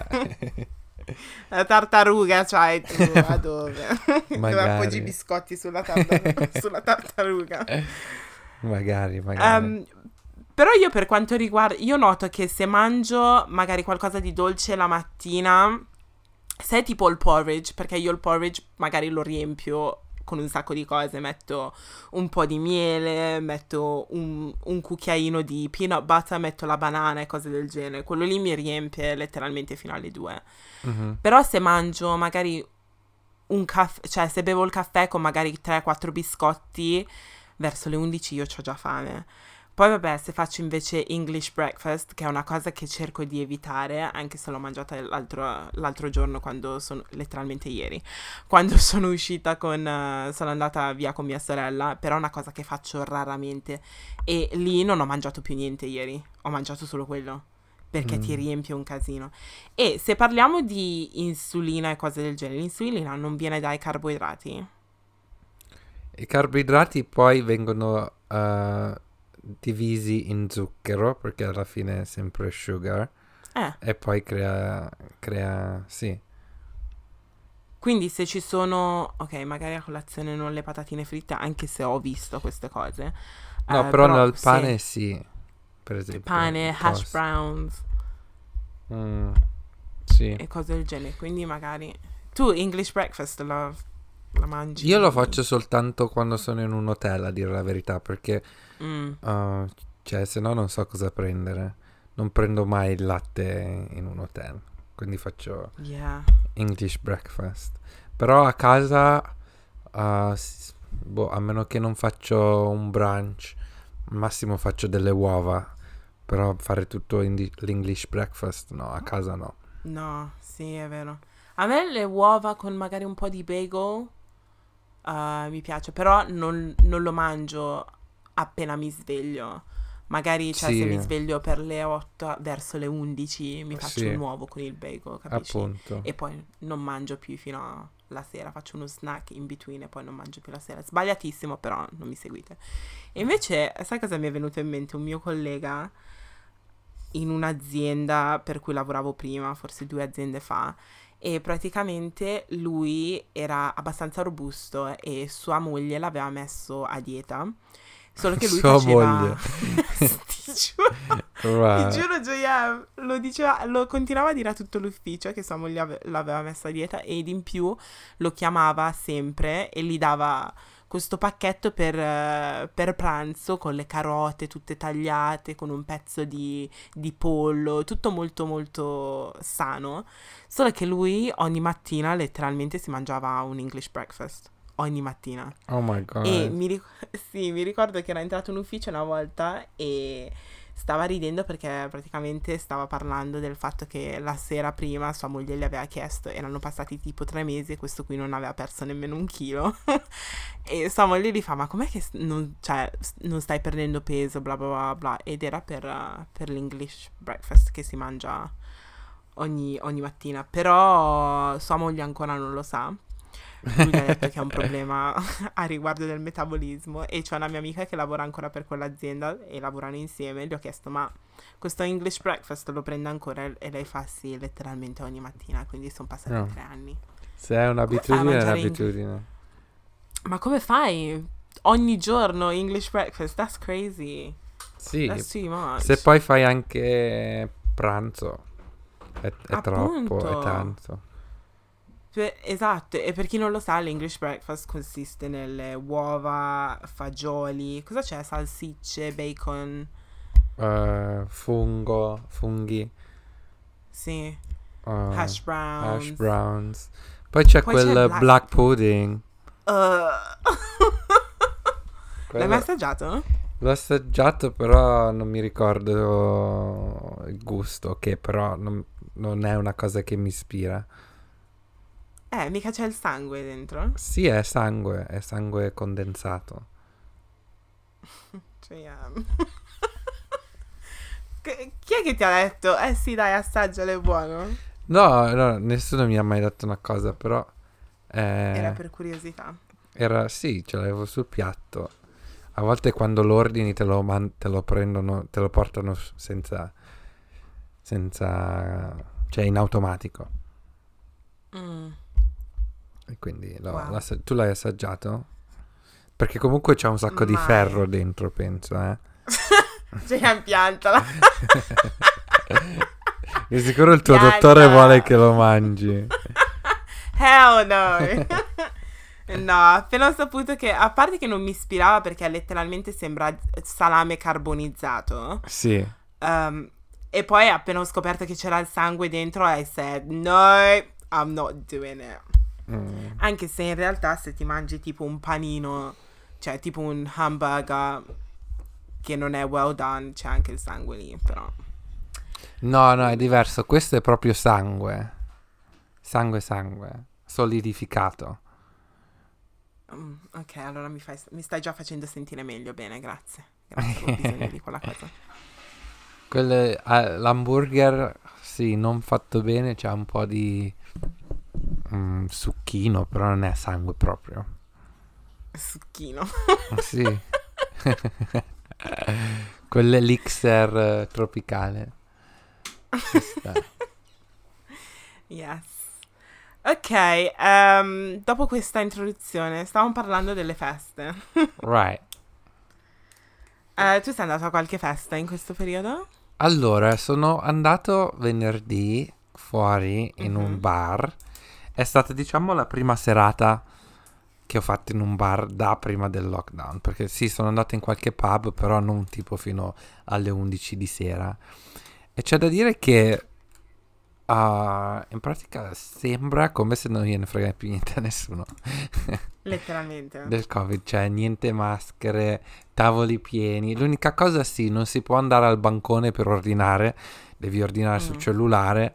[SPEAKER 1] La tartaruga c'hai tu, a dove? Dove appoggi i
[SPEAKER 2] Magari,
[SPEAKER 1] biscotti sulla, tartar- sulla tartaruga.
[SPEAKER 2] magari, magari.
[SPEAKER 1] Ehm, Però io per quanto riguarda, io noto che se mangio magari qualcosa di dolce la mattina, se è tipo il porridge, perché io il porridge magari lo riempio con un sacco di cose, metto un po' di miele, metto un, un cucchiaino di peanut butter, metto la banana e cose del genere, quello lì mi riempie letteralmente fino alle due.
[SPEAKER 2] Mhm.
[SPEAKER 1] Però se mangio magari un caffè, cioè se bevo il caffè con magari tre quattro biscotti, verso le undici io ho già fame. Poi vabbè, se faccio invece English breakfast, che è una cosa che cerco di evitare, anche se l'ho mangiata l'altro, l'altro giorno quando sono, letteralmente ieri, quando sono uscita con, eh, sono andata via con mia sorella, però è una cosa che faccio raramente. E lì non ho mangiato più niente ieri, ho mangiato solo quello, perché ti
[SPEAKER 2] Mm.
[SPEAKER 1] riempie un casino. E se parliamo di insulina e cose del genere, l'insulina non viene dai carboidrati?
[SPEAKER 2] I carboidrati poi vengono eh, divisi in zucchero, perché alla fine è sempre sugar,
[SPEAKER 1] Eh,
[SPEAKER 2] e poi crea, crea, sì.
[SPEAKER 1] quindi se ci sono, ok, magari a colazione non le patatine fritte, anche se ho visto queste cose,
[SPEAKER 2] No,
[SPEAKER 1] eh,
[SPEAKER 2] però
[SPEAKER 1] però
[SPEAKER 2] nel
[SPEAKER 1] se
[SPEAKER 2] pane sì, per esempio,
[SPEAKER 1] pane,
[SPEAKER 2] il
[SPEAKER 1] hash
[SPEAKER 2] toast.
[SPEAKER 1] browns
[SPEAKER 2] Mm, sì.
[SPEAKER 1] e cose del genere, quindi magari tu English breakfast la, la
[SPEAKER 2] Io lo
[SPEAKER 1] mangi?
[SPEAKER 2] faccio soltanto quando sono in un hotel, a dire la verità, perché
[SPEAKER 1] Mm,
[SPEAKER 2] uh, cioè, se no non so cosa prendere. Non prendo mai il latte in un hotel, quindi faccio
[SPEAKER 1] yeah.
[SPEAKER 2] English breakfast. Però a casa, uh, s- boh, a meno che non faccio un brunch, al massimo faccio delle uova. Però fare tutto in di- l'English breakfast, no, a casa no.
[SPEAKER 1] No, sì, è vero. A me le uova con magari un po' di bagel eh, mi piace, però non, non lo mangio appena mi sveglio. Magari, cioè, se mi
[SPEAKER 2] Sì,
[SPEAKER 1] sveglio per le otto, verso le undici mi faccio un
[SPEAKER 2] sì,
[SPEAKER 1] uovo con il bagel, capisci?
[SPEAKER 2] appunto.
[SPEAKER 1] E poi non mangio più fino alla sera, faccio uno snack in between e poi non mangio più la sera. Sbagliatissimo, però non mi seguite. E invece, sai cosa mi è venuto in mente? Un mio collega in un'azienda per cui lavoravo prima, forse due aziende fa, e praticamente lui era abbastanza robusto e sua moglie l'aveva messo a dieta, solo che lui
[SPEAKER 2] Sua
[SPEAKER 1] faceva...
[SPEAKER 2] moglie.
[SPEAKER 1] ti giuro, ti
[SPEAKER 2] Wow.
[SPEAKER 1] giuro, Gioia, lo diceva, lo continuava a dire a tutto l'ufficio che sua moglie ave- l'aveva messo a dieta ed in più lo chiamava sempre e gli dava questo pacchetto per, eh, per pranzo con le carote tutte tagliate, con un pezzo di, di pollo, tutto molto molto sano. Solo che lui ogni mattina letteralmente si mangiava un English breakfast. Ogni mattina.
[SPEAKER 2] Oh my
[SPEAKER 1] E
[SPEAKER 2] god.
[SPEAKER 1] mi, ric- sì, mi ricordo che era entrato in ufficio una volta e stava ridendo perché praticamente stava parlando del fatto che la sera prima sua moglie gli aveva chiesto, erano passati tipo tre mesi e questo qui non aveva perso nemmeno un chilo. E sua moglie gli fa, ma com'è che s- non, cioè, s- non stai perdendo peso, bla bla bla bla. Ed era per, eh, per l'English breakfast che si mangia ogni, ogni mattina. Però sua moglie ancora non lo sa. lui mi ha detto che ha un problema a riguardo del metabolismo e c'è una mia amica che lavora ancora per quell'azienda e lavorano insieme. Gli ho chiesto ma questo English breakfast lo prende ancora? E lei fa sì, letteralmente ogni mattina, quindi sono passati
[SPEAKER 2] No.
[SPEAKER 1] tre anni.
[SPEAKER 2] Se è
[SPEAKER 1] Come fai a
[SPEAKER 2] un'abitudine, è
[SPEAKER 1] mangiare Eng-
[SPEAKER 2] un'abitudine.
[SPEAKER 1] Ma come fai? Ogni giorno English breakfast, that's crazy.
[SPEAKER 2] Sì,
[SPEAKER 1] That's too much.
[SPEAKER 2] se poi fai anche pranzo, è, è troppo, è
[SPEAKER 1] Appunto.
[SPEAKER 2] tanto.
[SPEAKER 1] Per- esatto, e per chi non lo sa, l'English breakfast consiste nelle uova, fagioli, cosa c'è? Salsicce, bacon,
[SPEAKER 2] Eh, fungo, funghi,
[SPEAKER 1] sì,
[SPEAKER 2] eh,
[SPEAKER 1] hash browns.
[SPEAKER 2] hash browns. Poi c'è
[SPEAKER 1] Poi c'è
[SPEAKER 2] quel
[SPEAKER 1] il
[SPEAKER 2] black,
[SPEAKER 1] black
[SPEAKER 2] pudding.
[SPEAKER 1] Uh. L'hai mai
[SPEAKER 2] Quello-
[SPEAKER 1] assaggiato?
[SPEAKER 2] L'ho assaggiato, però non mi ricordo il gusto, che però non, non è una cosa che mi ispira.
[SPEAKER 1] Eh, mica c'è il sangue dentro.
[SPEAKER 2] Sì, è sangue, è sangue condensato.
[SPEAKER 1] Cioè, um, che- chi è che ti ha detto? Eh sì, dai, assaggialo, è buono.
[SPEAKER 2] No, no, nessuno mi ha mai detto una cosa, però eh,
[SPEAKER 1] Era per curiosità.
[SPEAKER 2] era, sì, ce l'avevo sul piatto. A volte quando lo ordini te lo, man- te lo prendono, te lo portano s- senza, senza, cioè in automatico.
[SPEAKER 1] Mm,
[SPEAKER 2] E quindi lo-
[SPEAKER 1] wow.
[SPEAKER 2] l'assa- tu l'hai assaggiato? Perché comunque c'è un sacco di
[SPEAKER 1] Mai.
[SPEAKER 2] ferro dentro, penso, eh.
[SPEAKER 1] Cioè, piantala.
[SPEAKER 2] Di sicuro il tuo
[SPEAKER 1] Pianta.
[SPEAKER 2] dottore vuole che lo mangi.
[SPEAKER 1] Hell no. No, appena ho saputo che, a parte che non mi ispirava perché letteralmente sembra salame carbonizzato,
[SPEAKER 2] Sì.
[SPEAKER 1] um, e poi appena ho scoperto che c'era il sangue dentro, I said, no, I'm not doing it.
[SPEAKER 2] Mm.
[SPEAKER 1] Anche se in realtà se ti mangi tipo un panino, cioè tipo un hamburger che non è well done, c'è anche il sangue lì, però.
[SPEAKER 2] No, no, è diverso. Questo è proprio sangue. Sangue, sangue. Solidificato.
[SPEAKER 1] Mm, ok, allora mi, fai, mi stai già facendo sentire meglio, bene, grazie. Grazie, avevo bisogno di quella cosa.
[SPEAKER 2] Quelle, ah, l'hamburger, sì, non fatto bene, c'ha un po' di mm, succhino, però non è sangue proprio.
[SPEAKER 1] Succhino.
[SPEAKER 2] Sì. Quell'elixir eh, tropicale. Ci sta.
[SPEAKER 1] Yes. Ok, ehm, dopo questa introduzione, stavamo parlando delle feste.
[SPEAKER 2] Right.
[SPEAKER 1] Eh, tu sei andato a qualche festa in questo periodo?
[SPEAKER 2] Allora, sono andato venerdì fuori in
[SPEAKER 1] Mhm.
[SPEAKER 2] un bar. È stata, diciamo, la prima serata che ho fatto in un bar da prima del lockdown. Perché sì, sono andato in qualche pub, però non tipo fino alle undici di sera. E c'è da dire che ah, in pratica sembra come se non gliene frega più niente a nessuno
[SPEAKER 1] Letteralmente.
[SPEAKER 2] del Covid, cioè niente maschere, tavoli pieni. L'unica cosa sì, non si può andare al bancone per ordinare, devi ordinare sul
[SPEAKER 1] Mm.
[SPEAKER 2] cellulare.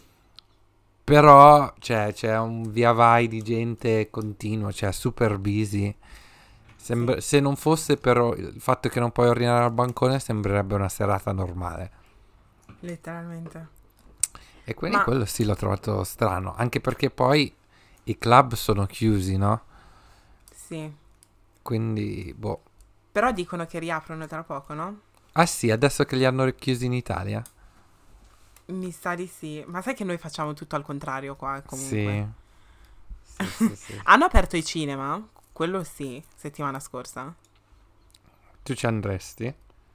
[SPEAKER 2] Però cioè, c'è un via vai di gente continuo, cioè super busy. Sembra-
[SPEAKER 1] Sì.
[SPEAKER 2] Se non fosse però il fatto che non puoi ordinare al bancone, sembrerebbe una serata normale.
[SPEAKER 1] Letteralmente.
[SPEAKER 2] E quindi
[SPEAKER 1] Ma
[SPEAKER 2] quello sì l'ho trovato strano, anche perché poi i club sono chiusi, no?
[SPEAKER 1] sì.
[SPEAKER 2] Quindi, boh.
[SPEAKER 1] Però dicono che riaprono tra poco, no?
[SPEAKER 2] Ah sì, adesso che li hanno chiusi in Italia?
[SPEAKER 1] Mi sa di sì. Ma sai che noi facciamo tutto al contrario qua, comunque.
[SPEAKER 2] Sì. Sì, sì, sì.
[SPEAKER 1] Hanno aperto i cinema? Quello sì, settimana scorsa.
[SPEAKER 2] Tu ci andresti?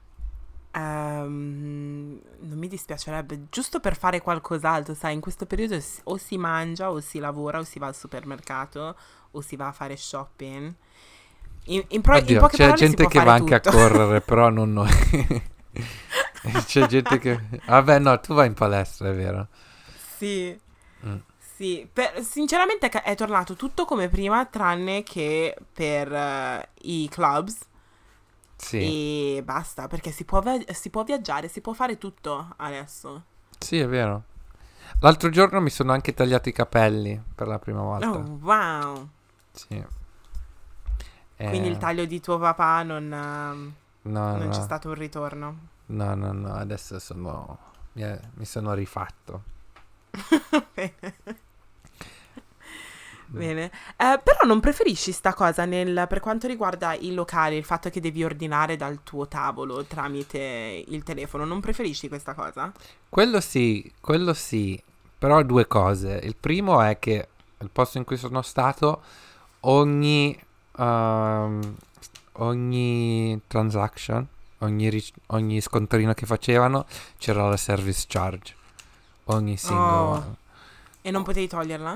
[SPEAKER 1] Ehm, non mi dispiacerebbe, giusto per fare qualcos'altro, sai, in questo periodo si- o si mangia o si lavora o si va al supermercato o si va a fare shopping. In, in pro- in
[SPEAKER 2] Oddio,
[SPEAKER 1] poche
[SPEAKER 2] c'è
[SPEAKER 1] parole si
[SPEAKER 2] gente
[SPEAKER 1] può
[SPEAKER 2] che
[SPEAKER 1] fare
[SPEAKER 2] va anche a
[SPEAKER 1] tutto.
[SPEAKER 2] correre, però non noi. C'è gente che... Vabbè, no, tu vai in palestra, è vero.
[SPEAKER 1] Sì,
[SPEAKER 2] Mm.
[SPEAKER 1] sì. Per- sinceramente ca- è tornato tutto come prima, tranne che per eh, i clubs.
[SPEAKER 2] Sì,
[SPEAKER 1] E basta, perché si può, via- si può viaggiare, si può fare tutto adesso.
[SPEAKER 2] sì, è vero. L'altro giorno mi sono anche tagliato i capelli per la prima volta.
[SPEAKER 1] Oh, wow.
[SPEAKER 2] Sì.
[SPEAKER 1] Quindi il
[SPEAKER 2] Eh,
[SPEAKER 1] taglio di tuo papà non, ehm,
[SPEAKER 2] no,
[SPEAKER 1] non c'è
[SPEAKER 2] no,
[SPEAKER 1] stato un ritorno.
[SPEAKER 2] no, no, no, adesso sono... Mi, è- mi sono rifatto.
[SPEAKER 1] Bene. Eh, però non preferisci sta cosa nel, per quanto riguarda i locali, il fatto che devi ordinare dal tuo tavolo tramite il telefono, non preferisci questa cosa?
[SPEAKER 2] Quello sì, quello sì, però due cose. Il primo è che il posto in cui sono stato, ogni, ehm, ogni transaction, ogni, ric- ogni scontrino che facevano, c'era la service charge. Ogni
[SPEAKER 1] Oh,
[SPEAKER 2] singolo.
[SPEAKER 1] e non potevi toglierla?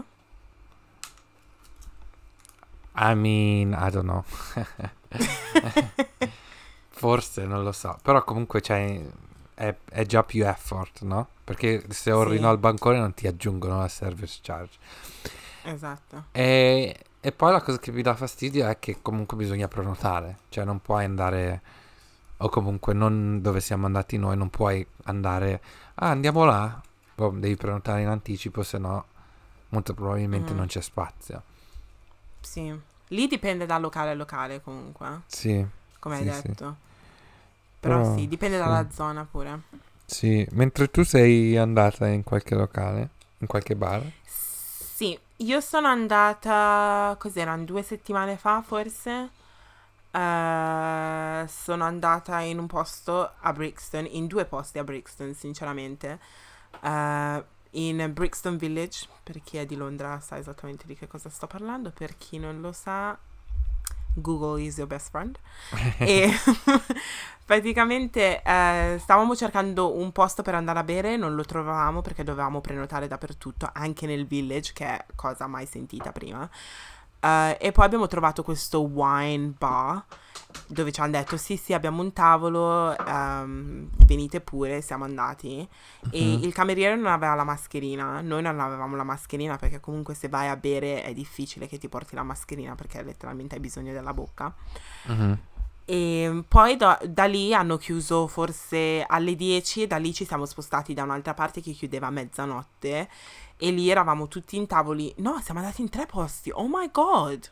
[SPEAKER 2] I mean, I don't know. Forse, non lo so. Però comunque c'è, è, è già più effort, no? Perché se ordino
[SPEAKER 1] Sì,
[SPEAKER 2] al bancone non ti aggiungono la service charge.
[SPEAKER 1] esatto.
[SPEAKER 2] E, e poi la cosa che mi dà fastidio è che comunque bisogna prenotare. Cioè non puoi andare, o comunque non dove siamo andati noi, non puoi andare, ah andiamo là. Boh, devi prenotare in anticipo, se no molto probabilmente
[SPEAKER 1] Mm,
[SPEAKER 2] non c'è spazio.
[SPEAKER 1] sì. Lì dipende da locale a locale comunque,
[SPEAKER 2] Sì,
[SPEAKER 1] come hai
[SPEAKER 2] sì, sì.
[SPEAKER 1] detto. Però
[SPEAKER 2] Però,
[SPEAKER 1] sì, dipende
[SPEAKER 2] sì.
[SPEAKER 1] dalla zona pure.
[SPEAKER 2] Sì, mentre tu sei andata in qualche locale, in qualche bar?
[SPEAKER 1] Sì, io sono andata, cos'erano, due settimane fa forse? Eh, sono andata in un posto a Brixton, in due posti a Brixton, sinceramente. Eh, in Brixton Village, per chi è di Londra sa esattamente di che cosa sto parlando, per chi non lo sa, Google is your best friend. E praticamente eh, stavamo cercando un posto per andare a bere, non lo trovavamo perché dovevamo prenotare dappertutto, anche nel village, che è cosa mai sentita prima. Eh, e poi abbiamo trovato questo wine bar dove ci hanno detto sì sì abbiamo un tavolo, ehm, venite pure, siamo andati e
[SPEAKER 2] Mhm,
[SPEAKER 1] il cameriere non aveva la mascherina, noi non avevamo la mascherina perché comunque se vai a bere è difficile che ti porti la mascherina perché letteralmente hai bisogno della bocca.
[SPEAKER 2] mhm.
[SPEAKER 1] E poi da, da lì hanno chiuso forse alle dieci e da lì ci siamo spostati da un'altra parte che chiudeva a mezzanotte e lì eravamo tutti in tavoli. No, siamo andati in tre posti. Oh my god.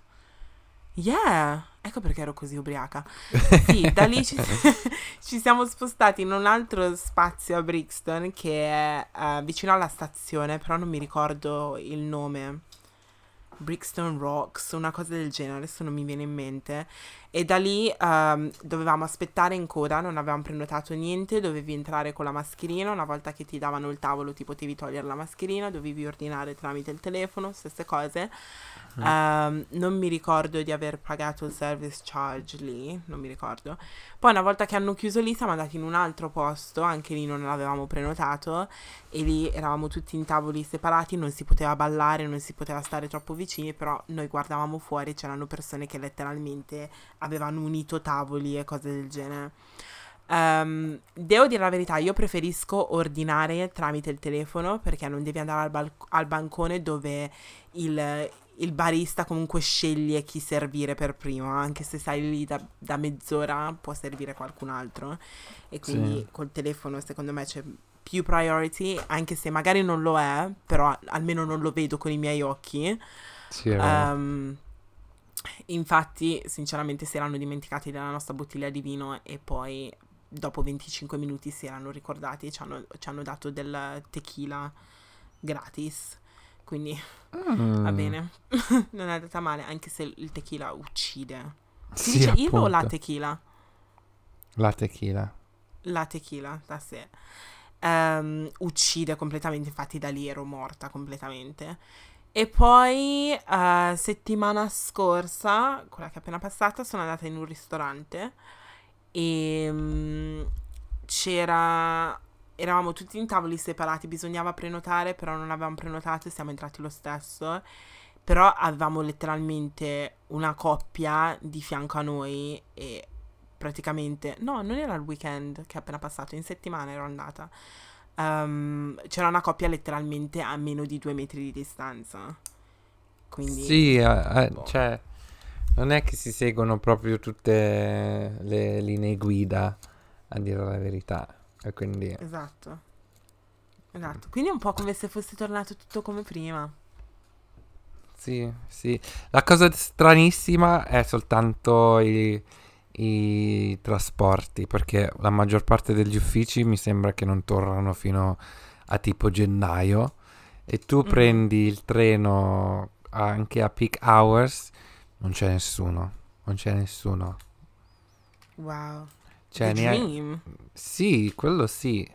[SPEAKER 1] Yeah. Ecco perché ero così ubriaca. Sì, da lì ci, ci siamo spostati in un altro spazio a Brixton che è eh, vicino alla stazione, però non mi ricordo il nome. Brixton Rocks, una cosa del genere, adesso non mi viene in mente. E da lì ehm, dovevamo aspettare in coda, non avevamo prenotato niente, dovevi entrare con la mascherina, una volta che ti davano il tavolo ti potevi togliere la mascherina, dovevi ordinare tramite il telefono, stesse cose.
[SPEAKER 2] Mhm.
[SPEAKER 1] Ehm, non mi ricordo di aver pagato il service charge lì, non mi ricordo. Poi una volta che hanno chiuso lì siamo andati in un altro posto, anche lì non l'avevamo prenotato e lì eravamo tutti in tavoli separati, non si poteva ballare, non si poteva stare troppo vicini, però noi guardavamo fuori, c'erano persone che letteralmente avevano unito tavoli e cose del genere. Ehm, devo dire la verità, io preferisco ordinare tramite il telefono perché non devi andare al, bal- al bancone dove il, il barista comunque sceglie chi servire per primo, anche se sai lì da, da mezz'ora può servire qualcun altro e
[SPEAKER 2] Sì,
[SPEAKER 1] quindi col telefono secondo me c'è più priority, anche se magari non lo è, però almeno non lo vedo con i miei occhi.
[SPEAKER 2] sì, è vero.
[SPEAKER 1] Ehm, Infatti, sinceramente, si erano dimenticati della nostra bottiglia di vino e poi dopo venticinque minuti si erano ricordati e ci hanno, ci hanno dato del tequila gratis. Quindi va
[SPEAKER 2] Mm,
[SPEAKER 1] bene, non è andata male, anche se il tequila uccide. Si
[SPEAKER 2] sì,
[SPEAKER 1] dice il o la
[SPEAKER 2] appunto.
[SPEAKER 1] tequila?
[SPEAKER 2] La tequila.
[SPEAKER 1] La tequila, da sé. Ehm, uccide completamente, infatti da lì ero morta completamente. E poi eh, settimana scorsa, quella che è appena passata, sono andata in un ristorante e mm, c'era... Eravamo tutti in tavoli separati, bisognava prenotare, però non avevamo prenotato e siamo entrati lo stesso. Però avevamo letteralmente una coppia di fianco a noi e praticamente... No, non era il weekend che è appena passato, in settimana ero andata. Ehm, c'era una coppia letteralmente a meno di due metri di distanza. Quindi,
[SPEAKER 2] Sì, eh, eh,
[SPEAKER 1] boh,
[SPEAKER 2] cioè, non è che si seguono proprio tutte le linee guida, a dire la verità. E quindi,
[SPEAKER 1] esatto, esatto. Quindi è un po' come se fosse tornato tutto come prima.
[SPEAKER 2] sì, sì. La cosa stranissima è soltanto i, i trasporti, perché la maggior parte degli uffici mi sembra che non tornano fino a tipo gennaio. E tu
[SPEAKER 1] Mhm.
[SPEAKER 2] prendi il treno anche a peak hours non c'è nessuno, non c'è nessuno.
[SPEAKER 1] Wow.
[SPEAKER 2] Cioè,
[SPEAKER 1] The
[SPEAKER 2] neanche-
[SPEAKER 1] dream.
[SPEAKER 2] Sì, quello sì.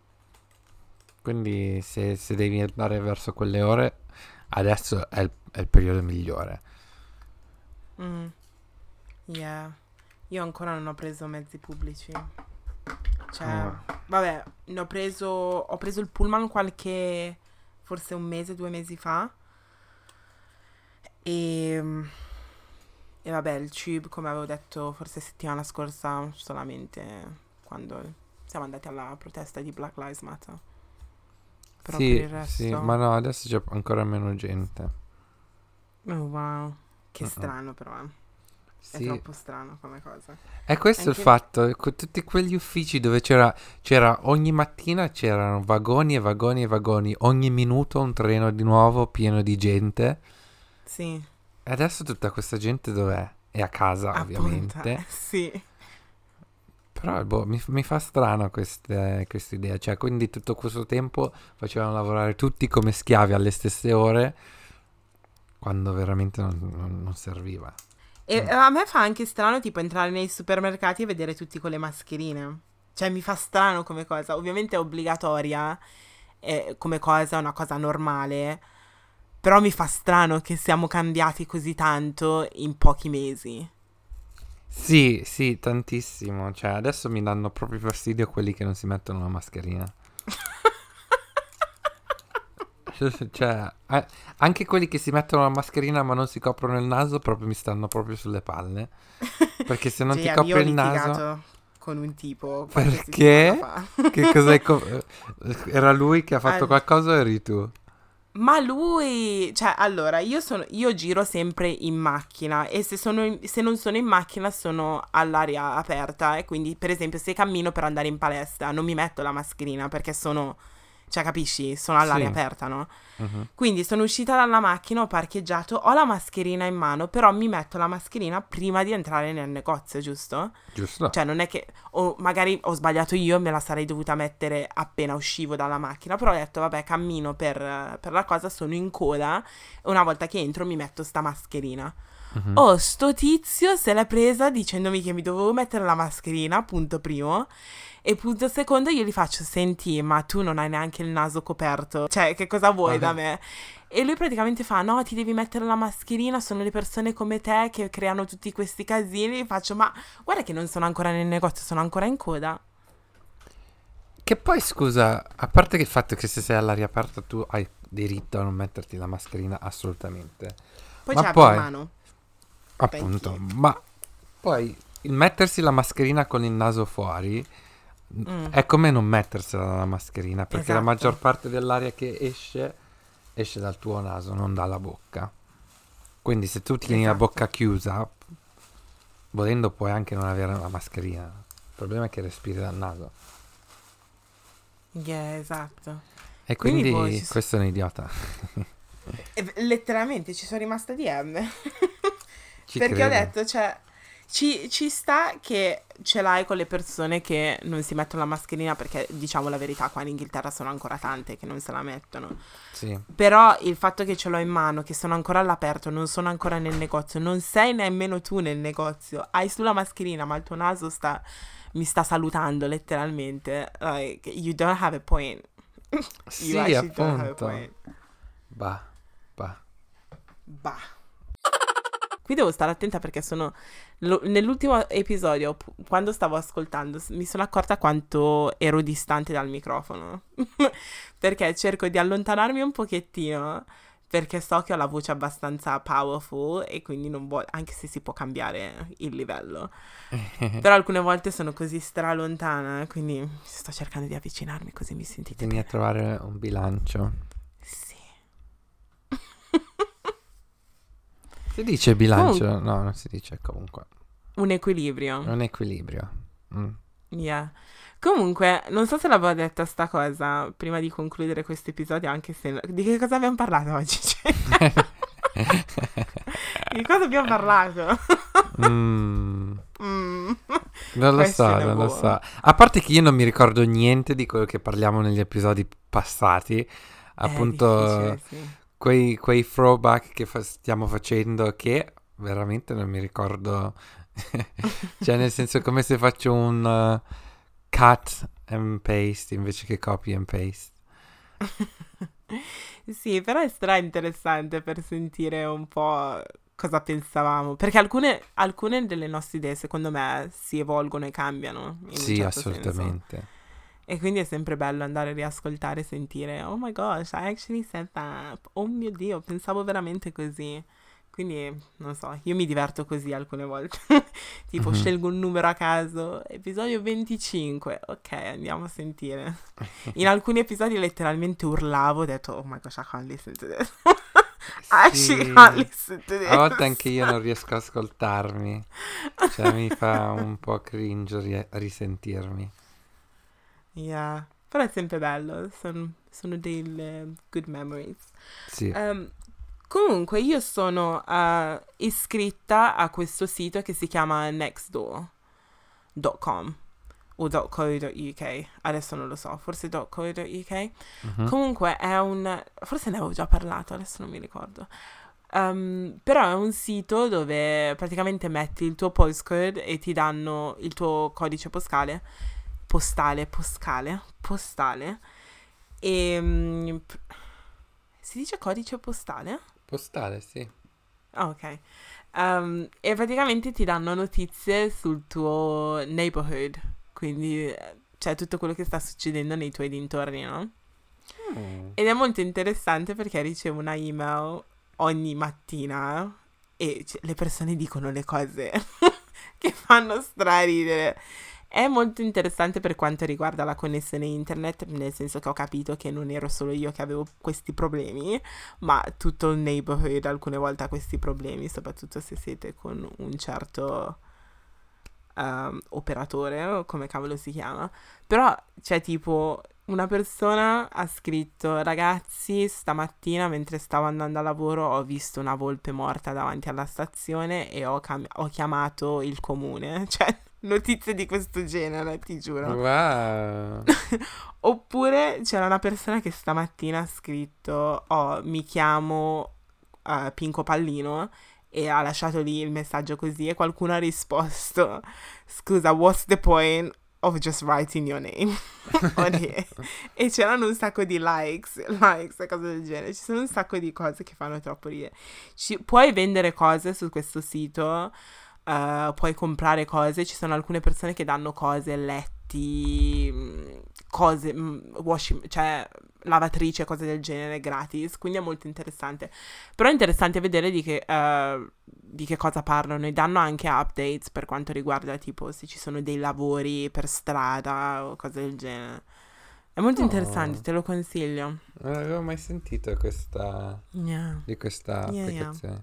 [SPEAKER 2] Quindi se, se devi andare verso quelle ore, adesso è il, è il periodo migliore.
[SPEAKER 1] Mm. Yeah. Io ancora non ho preso mezzi pubblici. Cioè,
[SPEAKER 2] Ah.
[SPEAKER 1] vabbè, ne ho preso, ho preso il pullman qualche, forse un mese, due mesi fa. E, e vabbè, il tube, come avevo detto, forse settimana scorsa, solamente quando siamo andati alla protesta di Black Lives Matter. Però per
[SPEAKER 2] Sì,
[SPEAKER 1] il
[SPEAKER 2] sì,
[SPEAKER 1] resto...
[SPEAKER 2] ma no, adesso c'è ancora meno gente.
[SPEAKER 1] Oh, wow. Che
[SPEAKER 2] Mm-mm.
[SPEAKER 1] strano però, eh. È
[SPEAKER 2] Sì,
[SPEAKER 1] troppo strano come cosa.
[SPEAKER 2] è questo il
[SPEAKER 1] Anche...
[SPEAKER 2] fatto, con tutti quegli uffici dove c'era, c'era ogni mattina c'erano vagoni e vagoni e vagoni, ogni minuto un treno di nuovo pieno di gente.
[SPEAKER 1] Sì,
[SPEAKER 2] E adesso tutta questa gente dov'è? È a casa,
[SPEAKER 1] appunto,
[SPEAKER 2] ovviamente.
[SPEAKER 1] sì.
[SPEAKER 2] Però boh, mi, mi fa strano queste, questa idea. Cioè, quindi tutto questo tempo facevano lavorare tutti come schiavi alle stesse ore, quando veramente non, non- non serviva.
[SPEAKER 1] E
[SPEAKER 2] Mm.
[SPEAKER 1] a me fa anche strano tipo entrare nei supermercati e vedere tutti con le mascherine. Cioè mi fa strano come cosa. Ovviamente è obbligatoria eh, come cosa, è una cosa normale. Però mi fa strano che siamo cambiati così tanto in pochi mesi.
[SPEAKER 2] Sì, sì, tantissimo. Cioè, adesso mi danno proprio fastidio quelli che non si mettono la mascherina. Cioè, a- anche quelli che si mettono la mascherina ma non si coprono il naso, proprio mi stanno proprio sulle palle. Perché se non ti
[SPEAKER 1] Gem, io ho
[SPEAKER 2] copri il naso...
[SPEAKER 1] litigato con un tipo qualche settimana
[SPEAKER 2] Perché?
[SPEAKER 1] fa.
[SPEAKER 2] Che cosa hai co- Era lui che ha fatto
[SPEAKER 1] Al-
[SPEAKER 2] qualcosa o eri tu?
[SPEAKER 1] Ma lui, cioè, allora, io sono, io giro sempre in macchina e se sono in- se non sono in macchina sono all'aria aperta e quindi, per esempio, se cammino per andare in palestra non mi metto la mascherina perché sono, cioè, capisci? Sono all'aria
[SPEAKER 2] Sì.
[SPEAKER 1] aperta, no?
[SPEAKER 2] Mhm.
[SPEAKER 1] Quindi sono uscita dalla macchina, ho parcheggiato, ho la mascherina in mano, però mi metto la mascherina prima di entrare nel negozio, giusto?
[SPEAKER 2] Giusto?
[SPEAKER 1] Cioè, non è che, o magari ho sbagliato io, me la sarei dovuta mettere appena uscivo dalla macchina, però ho detto, vabbè, cammino per, per la cosa, sono in coda, e una volta che entro mi metto sta mascherina.
[SPEAKER 2] Mhm.
[SPEAKER 1] Oh, sto tizio se l'è presa dicendomi che mi dovevo mettere la mascherina, punto primo, e punto secondo io gli faccio, senti, ma tu non hai neanche il naso coperto, cioè, che cosa vuoi da me? E lui praticamente fa, no, ti devi mettere la mascherina, sono le persone come te che creano tutti questi casini. Faccio, ma guarda che non sono ancora nel negozio, sono ancora in coda.
[SPEAKER 2] Che poi, scusa, a parte che il fatto che se sei all'aria aperta tu hai diritto a non metterti la mascherina, assolutamente.
[SPEAKER 1] Poi
[SPEAKER 2] Ma
[SPEAKER 1] ce l'ha
[SPEAKER 2] poi-
[SPEAKER 1] in mano.
[SPEAKER 2] Appunto,
[SPEAKER 1] Thank
[SPEAKER 2] ma poi il mettersi la mascherina con il naso fuori
[SPEAKER 1] Mm.
[SPEAKER 2] è come non mettersela la mascherina, perché la
[SPEAKER 1] Esatto.
[SPEAKER 2] maggior parte dell'aria che esce esce dal tuo naso, non dalla bocca. Quindi se tu tieni la
[SPEAKER 1] Esatto.
[SPEAKER 2] bocca chiusa, volendo puoi anche non avere la mascherina. Il problema è che respiri dal naso.
[SPEAKER 1] Yeah, esatto.
[SPEAKER 2] E
[SPEAKER 1] Quindi,
[SPEAKER 2] quindi,
[SPEAKER 1] boh, ci so-
[SPEAKER 2] questo è un idiota.
[SPEAKER 1] E letteralmente ci sono rimasta D M.
[SPEAKER 2] Ci
[SPEAKER 1] Perché
[SPEAKER 2] credo.
[SPEAKER 1] ho detto, cioè, ci, ci sta che ce l'hai con le persone che non si mettono la mascherina, perché diciamo la verità, qua in Inghilterra sono ancora tante che non se la mettono.
[SPEAKER 2] Sì.
[SPEAKER 1] Però il fatto che ce l'ho in mano, che sono ancora all'aperto, non sono ancora nel negozio, non sei nemmeno tu nel negozio, hai sulla mascherina, ma il tuo naso sta, mi sta salutando letteralmente. Like, you don't have a point. You
[SPEAKER 2] Sì,
[SPEAKER 1] actually don't have a
[SPEAKER 2] appunto.
[SPEAKER 1] point.
[SPEAKER 2] Bah, bah.
[SPEAKER 1] Bah. Qui devo stare attenta perché sono lo- nell'ultimo episodio, pu- quando stavo ascoltando, s- mi sono accorta quanto ero distante dal microfono. Perché cerco di allontanarmi un pochettino, perché so che ho la voce abbastanza powerful e quindi non voglio, anche se si può cambiare il livello. Però alcune volte sono così stralontana, quindi sto cercando di avvicinarmi così mi sentite
[SPEAKER 2] Bisogna
[SPEAKER 1] bene.
[SPEAKER 2] trovare un bilancio.
[SPEAKER 1] Sì.
[SPEAKER 2] Si dice bilancio?
[SPEAKER 1] Comunque-
[SPEAKER 2] No, non si dice comunque.
[SPEAKER 1] Un equilibrio.
[SPEAKER 2] È un equilibrio. Mm.
[SPEAKER 1] Yeah. Comunque, non so se l'avevo detta sta cosa prima di concludere questo episodio, anche se... Di che cosa abbiamo parlato oggi? Cioè, di cosa abbiamo parlato?
[SPEAKER 2] Mm.
[SPEAKER 1] Mm.
[SPEAKER 2] Non lo so,
[SPEAKER 1] Questionable.
[SPEAKER 2] non lo so. A parte che io non mi ricordo niente di quello che parliamo negli episodi passati. Appunto,
[SPEAKER 1] È difficile, sì.
[SPEAKER 2] quei, quei throwback che fa- stiamo facendo che veramente non mi ricordo. Cioè, nel senso, come se faccio un uh, cut and paste invece che copy and paste.
[SPEAKER 1] Sì, però è stra interessante per sentire un po' cosa pensavamo, perché alcune, alcune delle nostre idee, secondo me, si evolvono e cambiano in un
[SPEAKER 2] Sì,
[SPEAKER 1] certo senso.
[SPEAKER 2] assolutamente.
[SPEAKER 1] E quindi è sempre bello andare a riascoltare e sentire, oh my gosh, I actually said that. Oh mio Dio, pensavo veramente così. Quindi, non so, io mi diverto così alcune volte. Tipo,
[SPEAKER 2] Mhm.
[SPEAKER 1] scelgo un numero a caso, episodio venticinque. Ok, andiamo a sentire. In alcuni episodi letteralmente urlavo, ho detto, oh my gosh, I can't listen to this. I actually can't
[SPEAKER 2] Sì,
[SPEAKER 1] listen to
[SPEAKER 2] a volte
[SPEAKER 1] this.
[SPEAKER 2] anche io non riesco a ascoltarmi, cioè mi fa un po' cringe ri- risentirmi.
[SPEAKER 1] Yeah, però è sempre bello, son- sono delle good memories.
[SPEAKER 2] Sì.
[SPEAKER 1] Ehm, Comunque, io sono eh, iscritta a questo sito che si chiama nextdoor punto com o .co.uk, adesso non lo so, forse .co.uk.
[SPEAKER 2] Mhm.
[SPEAKER 1] Comunque è un... forse ne avevo già parlato, adesso non mi ricordo. Um, però è un sito dove praticamente metti il tuo postcode e ti danno il tuo codice postale, postale, postale, postale, e... mm, pr- si dice codice postale?
[SPEAKER 2] Postale, sì.
[SPEAKER 1] Ah, ok. Um, e praticamente ti danno notizie sul tuo neighborhood, quindi eh, c'è tutto quello che sta succedendo nei tuoi dintorni, no?
[SPEAKER 2] Mm.
[SPEAKER 1] Ed è molto interessante perché ricevo una email ogni mattina e c- le persone dicono le cose che fanno straridere. È molto interessante per quanto riguarda la connessione internet, nel senso che ho capito che non ero solo io che avevo questi problemi, ma tutto il neighborhood alcune volte ha questi problemi, soprattutto se siete con un certo ehm, operatore, o come cavolo si chiama. Però c'è tipo una persona ha scritto: ragazzi, stamattina mentre stavo andando a lavoro ho visto una volpe morta davanti alla stazione e ho, cam- ho chiamato il comune. Cioè, notizie di questo genere, ti giuro.
[SPEAKER 2] Wow.
[SPEAKER 1] Oppure c'era una persona che stamattina ha scritto: oh, mi chiamo eh, Pinco Pallino, e ha lasciato lì il messaggio così e qualcuno ha risposto: scusa, what's the point of just writing your name on here? E c'erano un sacco di likes, likes e cose del genere. Ci sono un sacco di cose che fanno troppo ridere. Ci- puoi vendere cose su questo sito, eh, puoi comprare cose, ci sono alcune persone che danno cose, letti, mh, cose, mh, washing, cioè lavatrice, cose del genere gratis, quindi è molto interessante. Però è interessante vedere di che, eh, di che cosa parlano, e danno anche updates per quanto riguarda tipo se ci sono dei lavori per strada o cose del genere. È molto interessante,
[SPEAKER 2] Oh,
[SPEAKER 1] te lo consiglio.
[SPEAKER 2] non avevo mai sentito questa
[SPEAKER 1] Yeah,
[SPEAKER 2] di questa
[SPEAKER 1] yeah, yeah.
[SPEAKER 2] applicazione.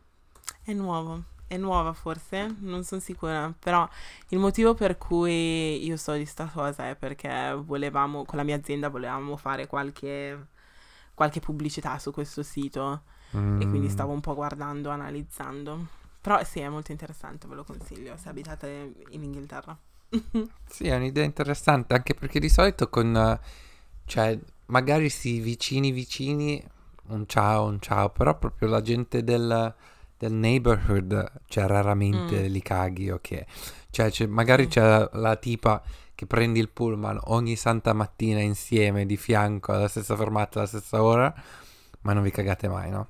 [SPEAKER 1] È nuovo, è nuova forse, non sono sicura, però il motivo per cui io so di sta cosa è perché volevamo, con la mia azienda volevamo fare qualche, qualche pubblicità su questo sito e quindi
[SPEAKER 2] Mm.
[SPEAKER 1] stavo un po' guardando, analizzando. Però sì, è molto interessante, ve lo consiglio se abitate in Inghilterra.
[SPEAKER 2] Sì, è un'idea interessante, anche perché di solito con, eh, cioè, magari sì, vicini vicini, un ciao, un ciao, però proprio la gente del, del neighborhood, cioè
[SPEAKER 1] Mm,
[SPEAKER 2] raramente li caghi o che, cioè c'è- magari
[SPEAKER 1] sì.
[SPEAKER 2] c'è la tipa che prendi il pullman ogni santa mattina insieme, di fianco, alla stessa fermata, alla stessa ora, ma non vi cagate mai, no?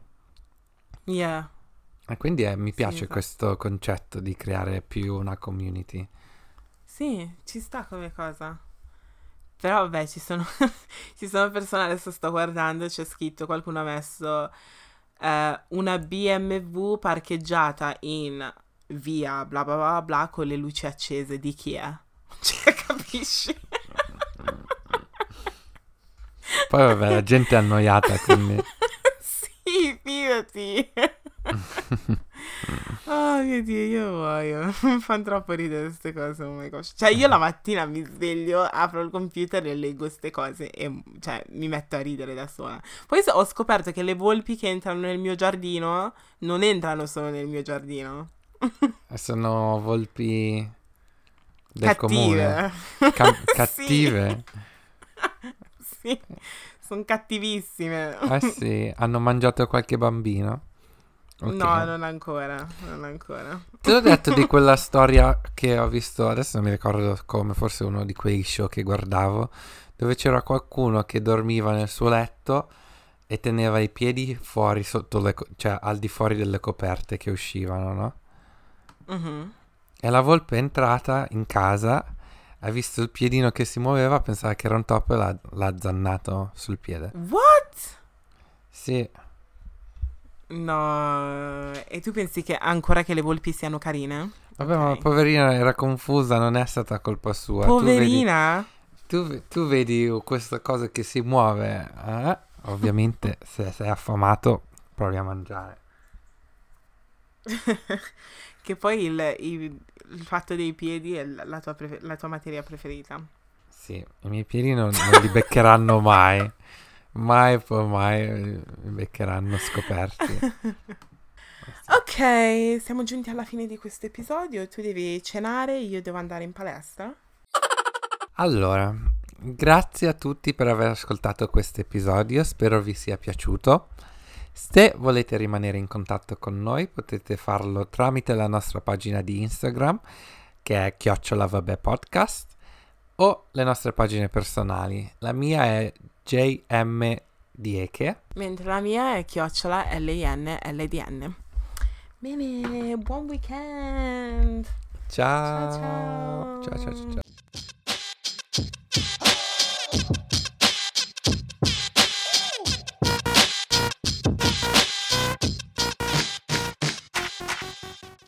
[SPEAKER 1] Yeah,
[SPEAKER 2] E quindi eh, mi
[SPEAKER 1] sì,
[SPEAKER 2] piace
[SPEAKER 1] esatto.
[SPEAKER 2] questo concetto di creare più una community.
[SPEAKER 1] Sì, ci sta come cosa. Però vabbè, ci sono, ci sono persone, adesso sto guardando, c'è scritto, qualcuno ha messo eh, una B M W parcheggiata in via bla bla bla bla con le luci accese. Di chi è? Cioè, capisci?
[SPEAKER 2] Poi vabbè, la gente è annoiata, quindi...
[SPEAKER 1] Sì, fidati. Oh mio Dio, io muoio. Mi fanno troppo ridere queste cose, oh my gosh. Cioè, io la mattina mi sveglio, apro il computer e leggo queste cose e, cioè, mi metto a ridere da sola. Poi so- ho scoperto che le volpi che entrano nel mio giardino non entrano solo nel mio giardino.
[SPEAKER 2] Sono volpi del comune.
[SPEAKER 1] Cattive.
[SPEAKER 2] Cam-
[SPEAKER 1] Sì.
[SPEAKER 2] cattive.
[SPEAKER 1] Sì. sono cattivissime.
[SPEAKER 2] Eh sì, hanno mangiato qualche bambino? Ok.
[SPEAKER 1] No, non ancora, non ancora.
[SPEAKER 2] Te l'ho detto di quella storia che ho visto, adesso non mi ricordo come, forse uno di quei show che guardavo, dove c'era qualcuno che dormiva nel suo letto e teneva i piedi fuori sotto le, co- cioè al di fuori delle coperte che uscivano, no?
[SPEAKER 1] Mhm.
[SPEAKER 2] E la volpe è entrata in casa, ha visto il piedino che si muoveva, pensava che era un topo e l'ha, l'ha zannato sul piede.
[SPEAKER 1] What?
[SPEAKER 2] Sì,
[SPEAKER 1] No, e tu pensi che ancora che le volpi siano carine?
[SPEAKER 2] vabbè, ma la
[SPEAKER 1] Ok.
[SPEAKER 2] poverina era confusa, non è stata colpa sua. Tu vedi,
[SPEAKER 1] Poverina?
[SPEAKER 2] tu, tu vedi questa cosa che si muove, eh? Ovviamente se sei affamato provi a mangiare.
[SPEAKER 1] Che poi il, il- il fatto dei piedi è la la tua, prefe- la tua materia preferita.
[SPEAKER 2] Sì, i miei piedi non, non li beccheranno mai. Mai poi mai eh, mi beccheranno scoperti.
[SPEAKER 1] Ok, siamo giunti alla fine di questo episodio. Tu devi cenare, io devo andare in palestra.
[SPEAKER 2] Allora, grazie a tutti per aver ascoltato questo episodio, spero vi sia piaciuto. Se volete rimanere in contatto con noi potete farlo tramite la nostra pagina di Instagram che è chiocciola vabbè podcast o le nostre pagine personali. La mia è J M Dieke.
[SPEAKER 1] Mentre la mia è chiocciola L I N L D N. Bene, buon weekend!
[SPEAKER 2] Ciao.
[SPEAKER 1] Ciao, ciao.
[SPEAKER 2] Ciao ciao ciao. ciao.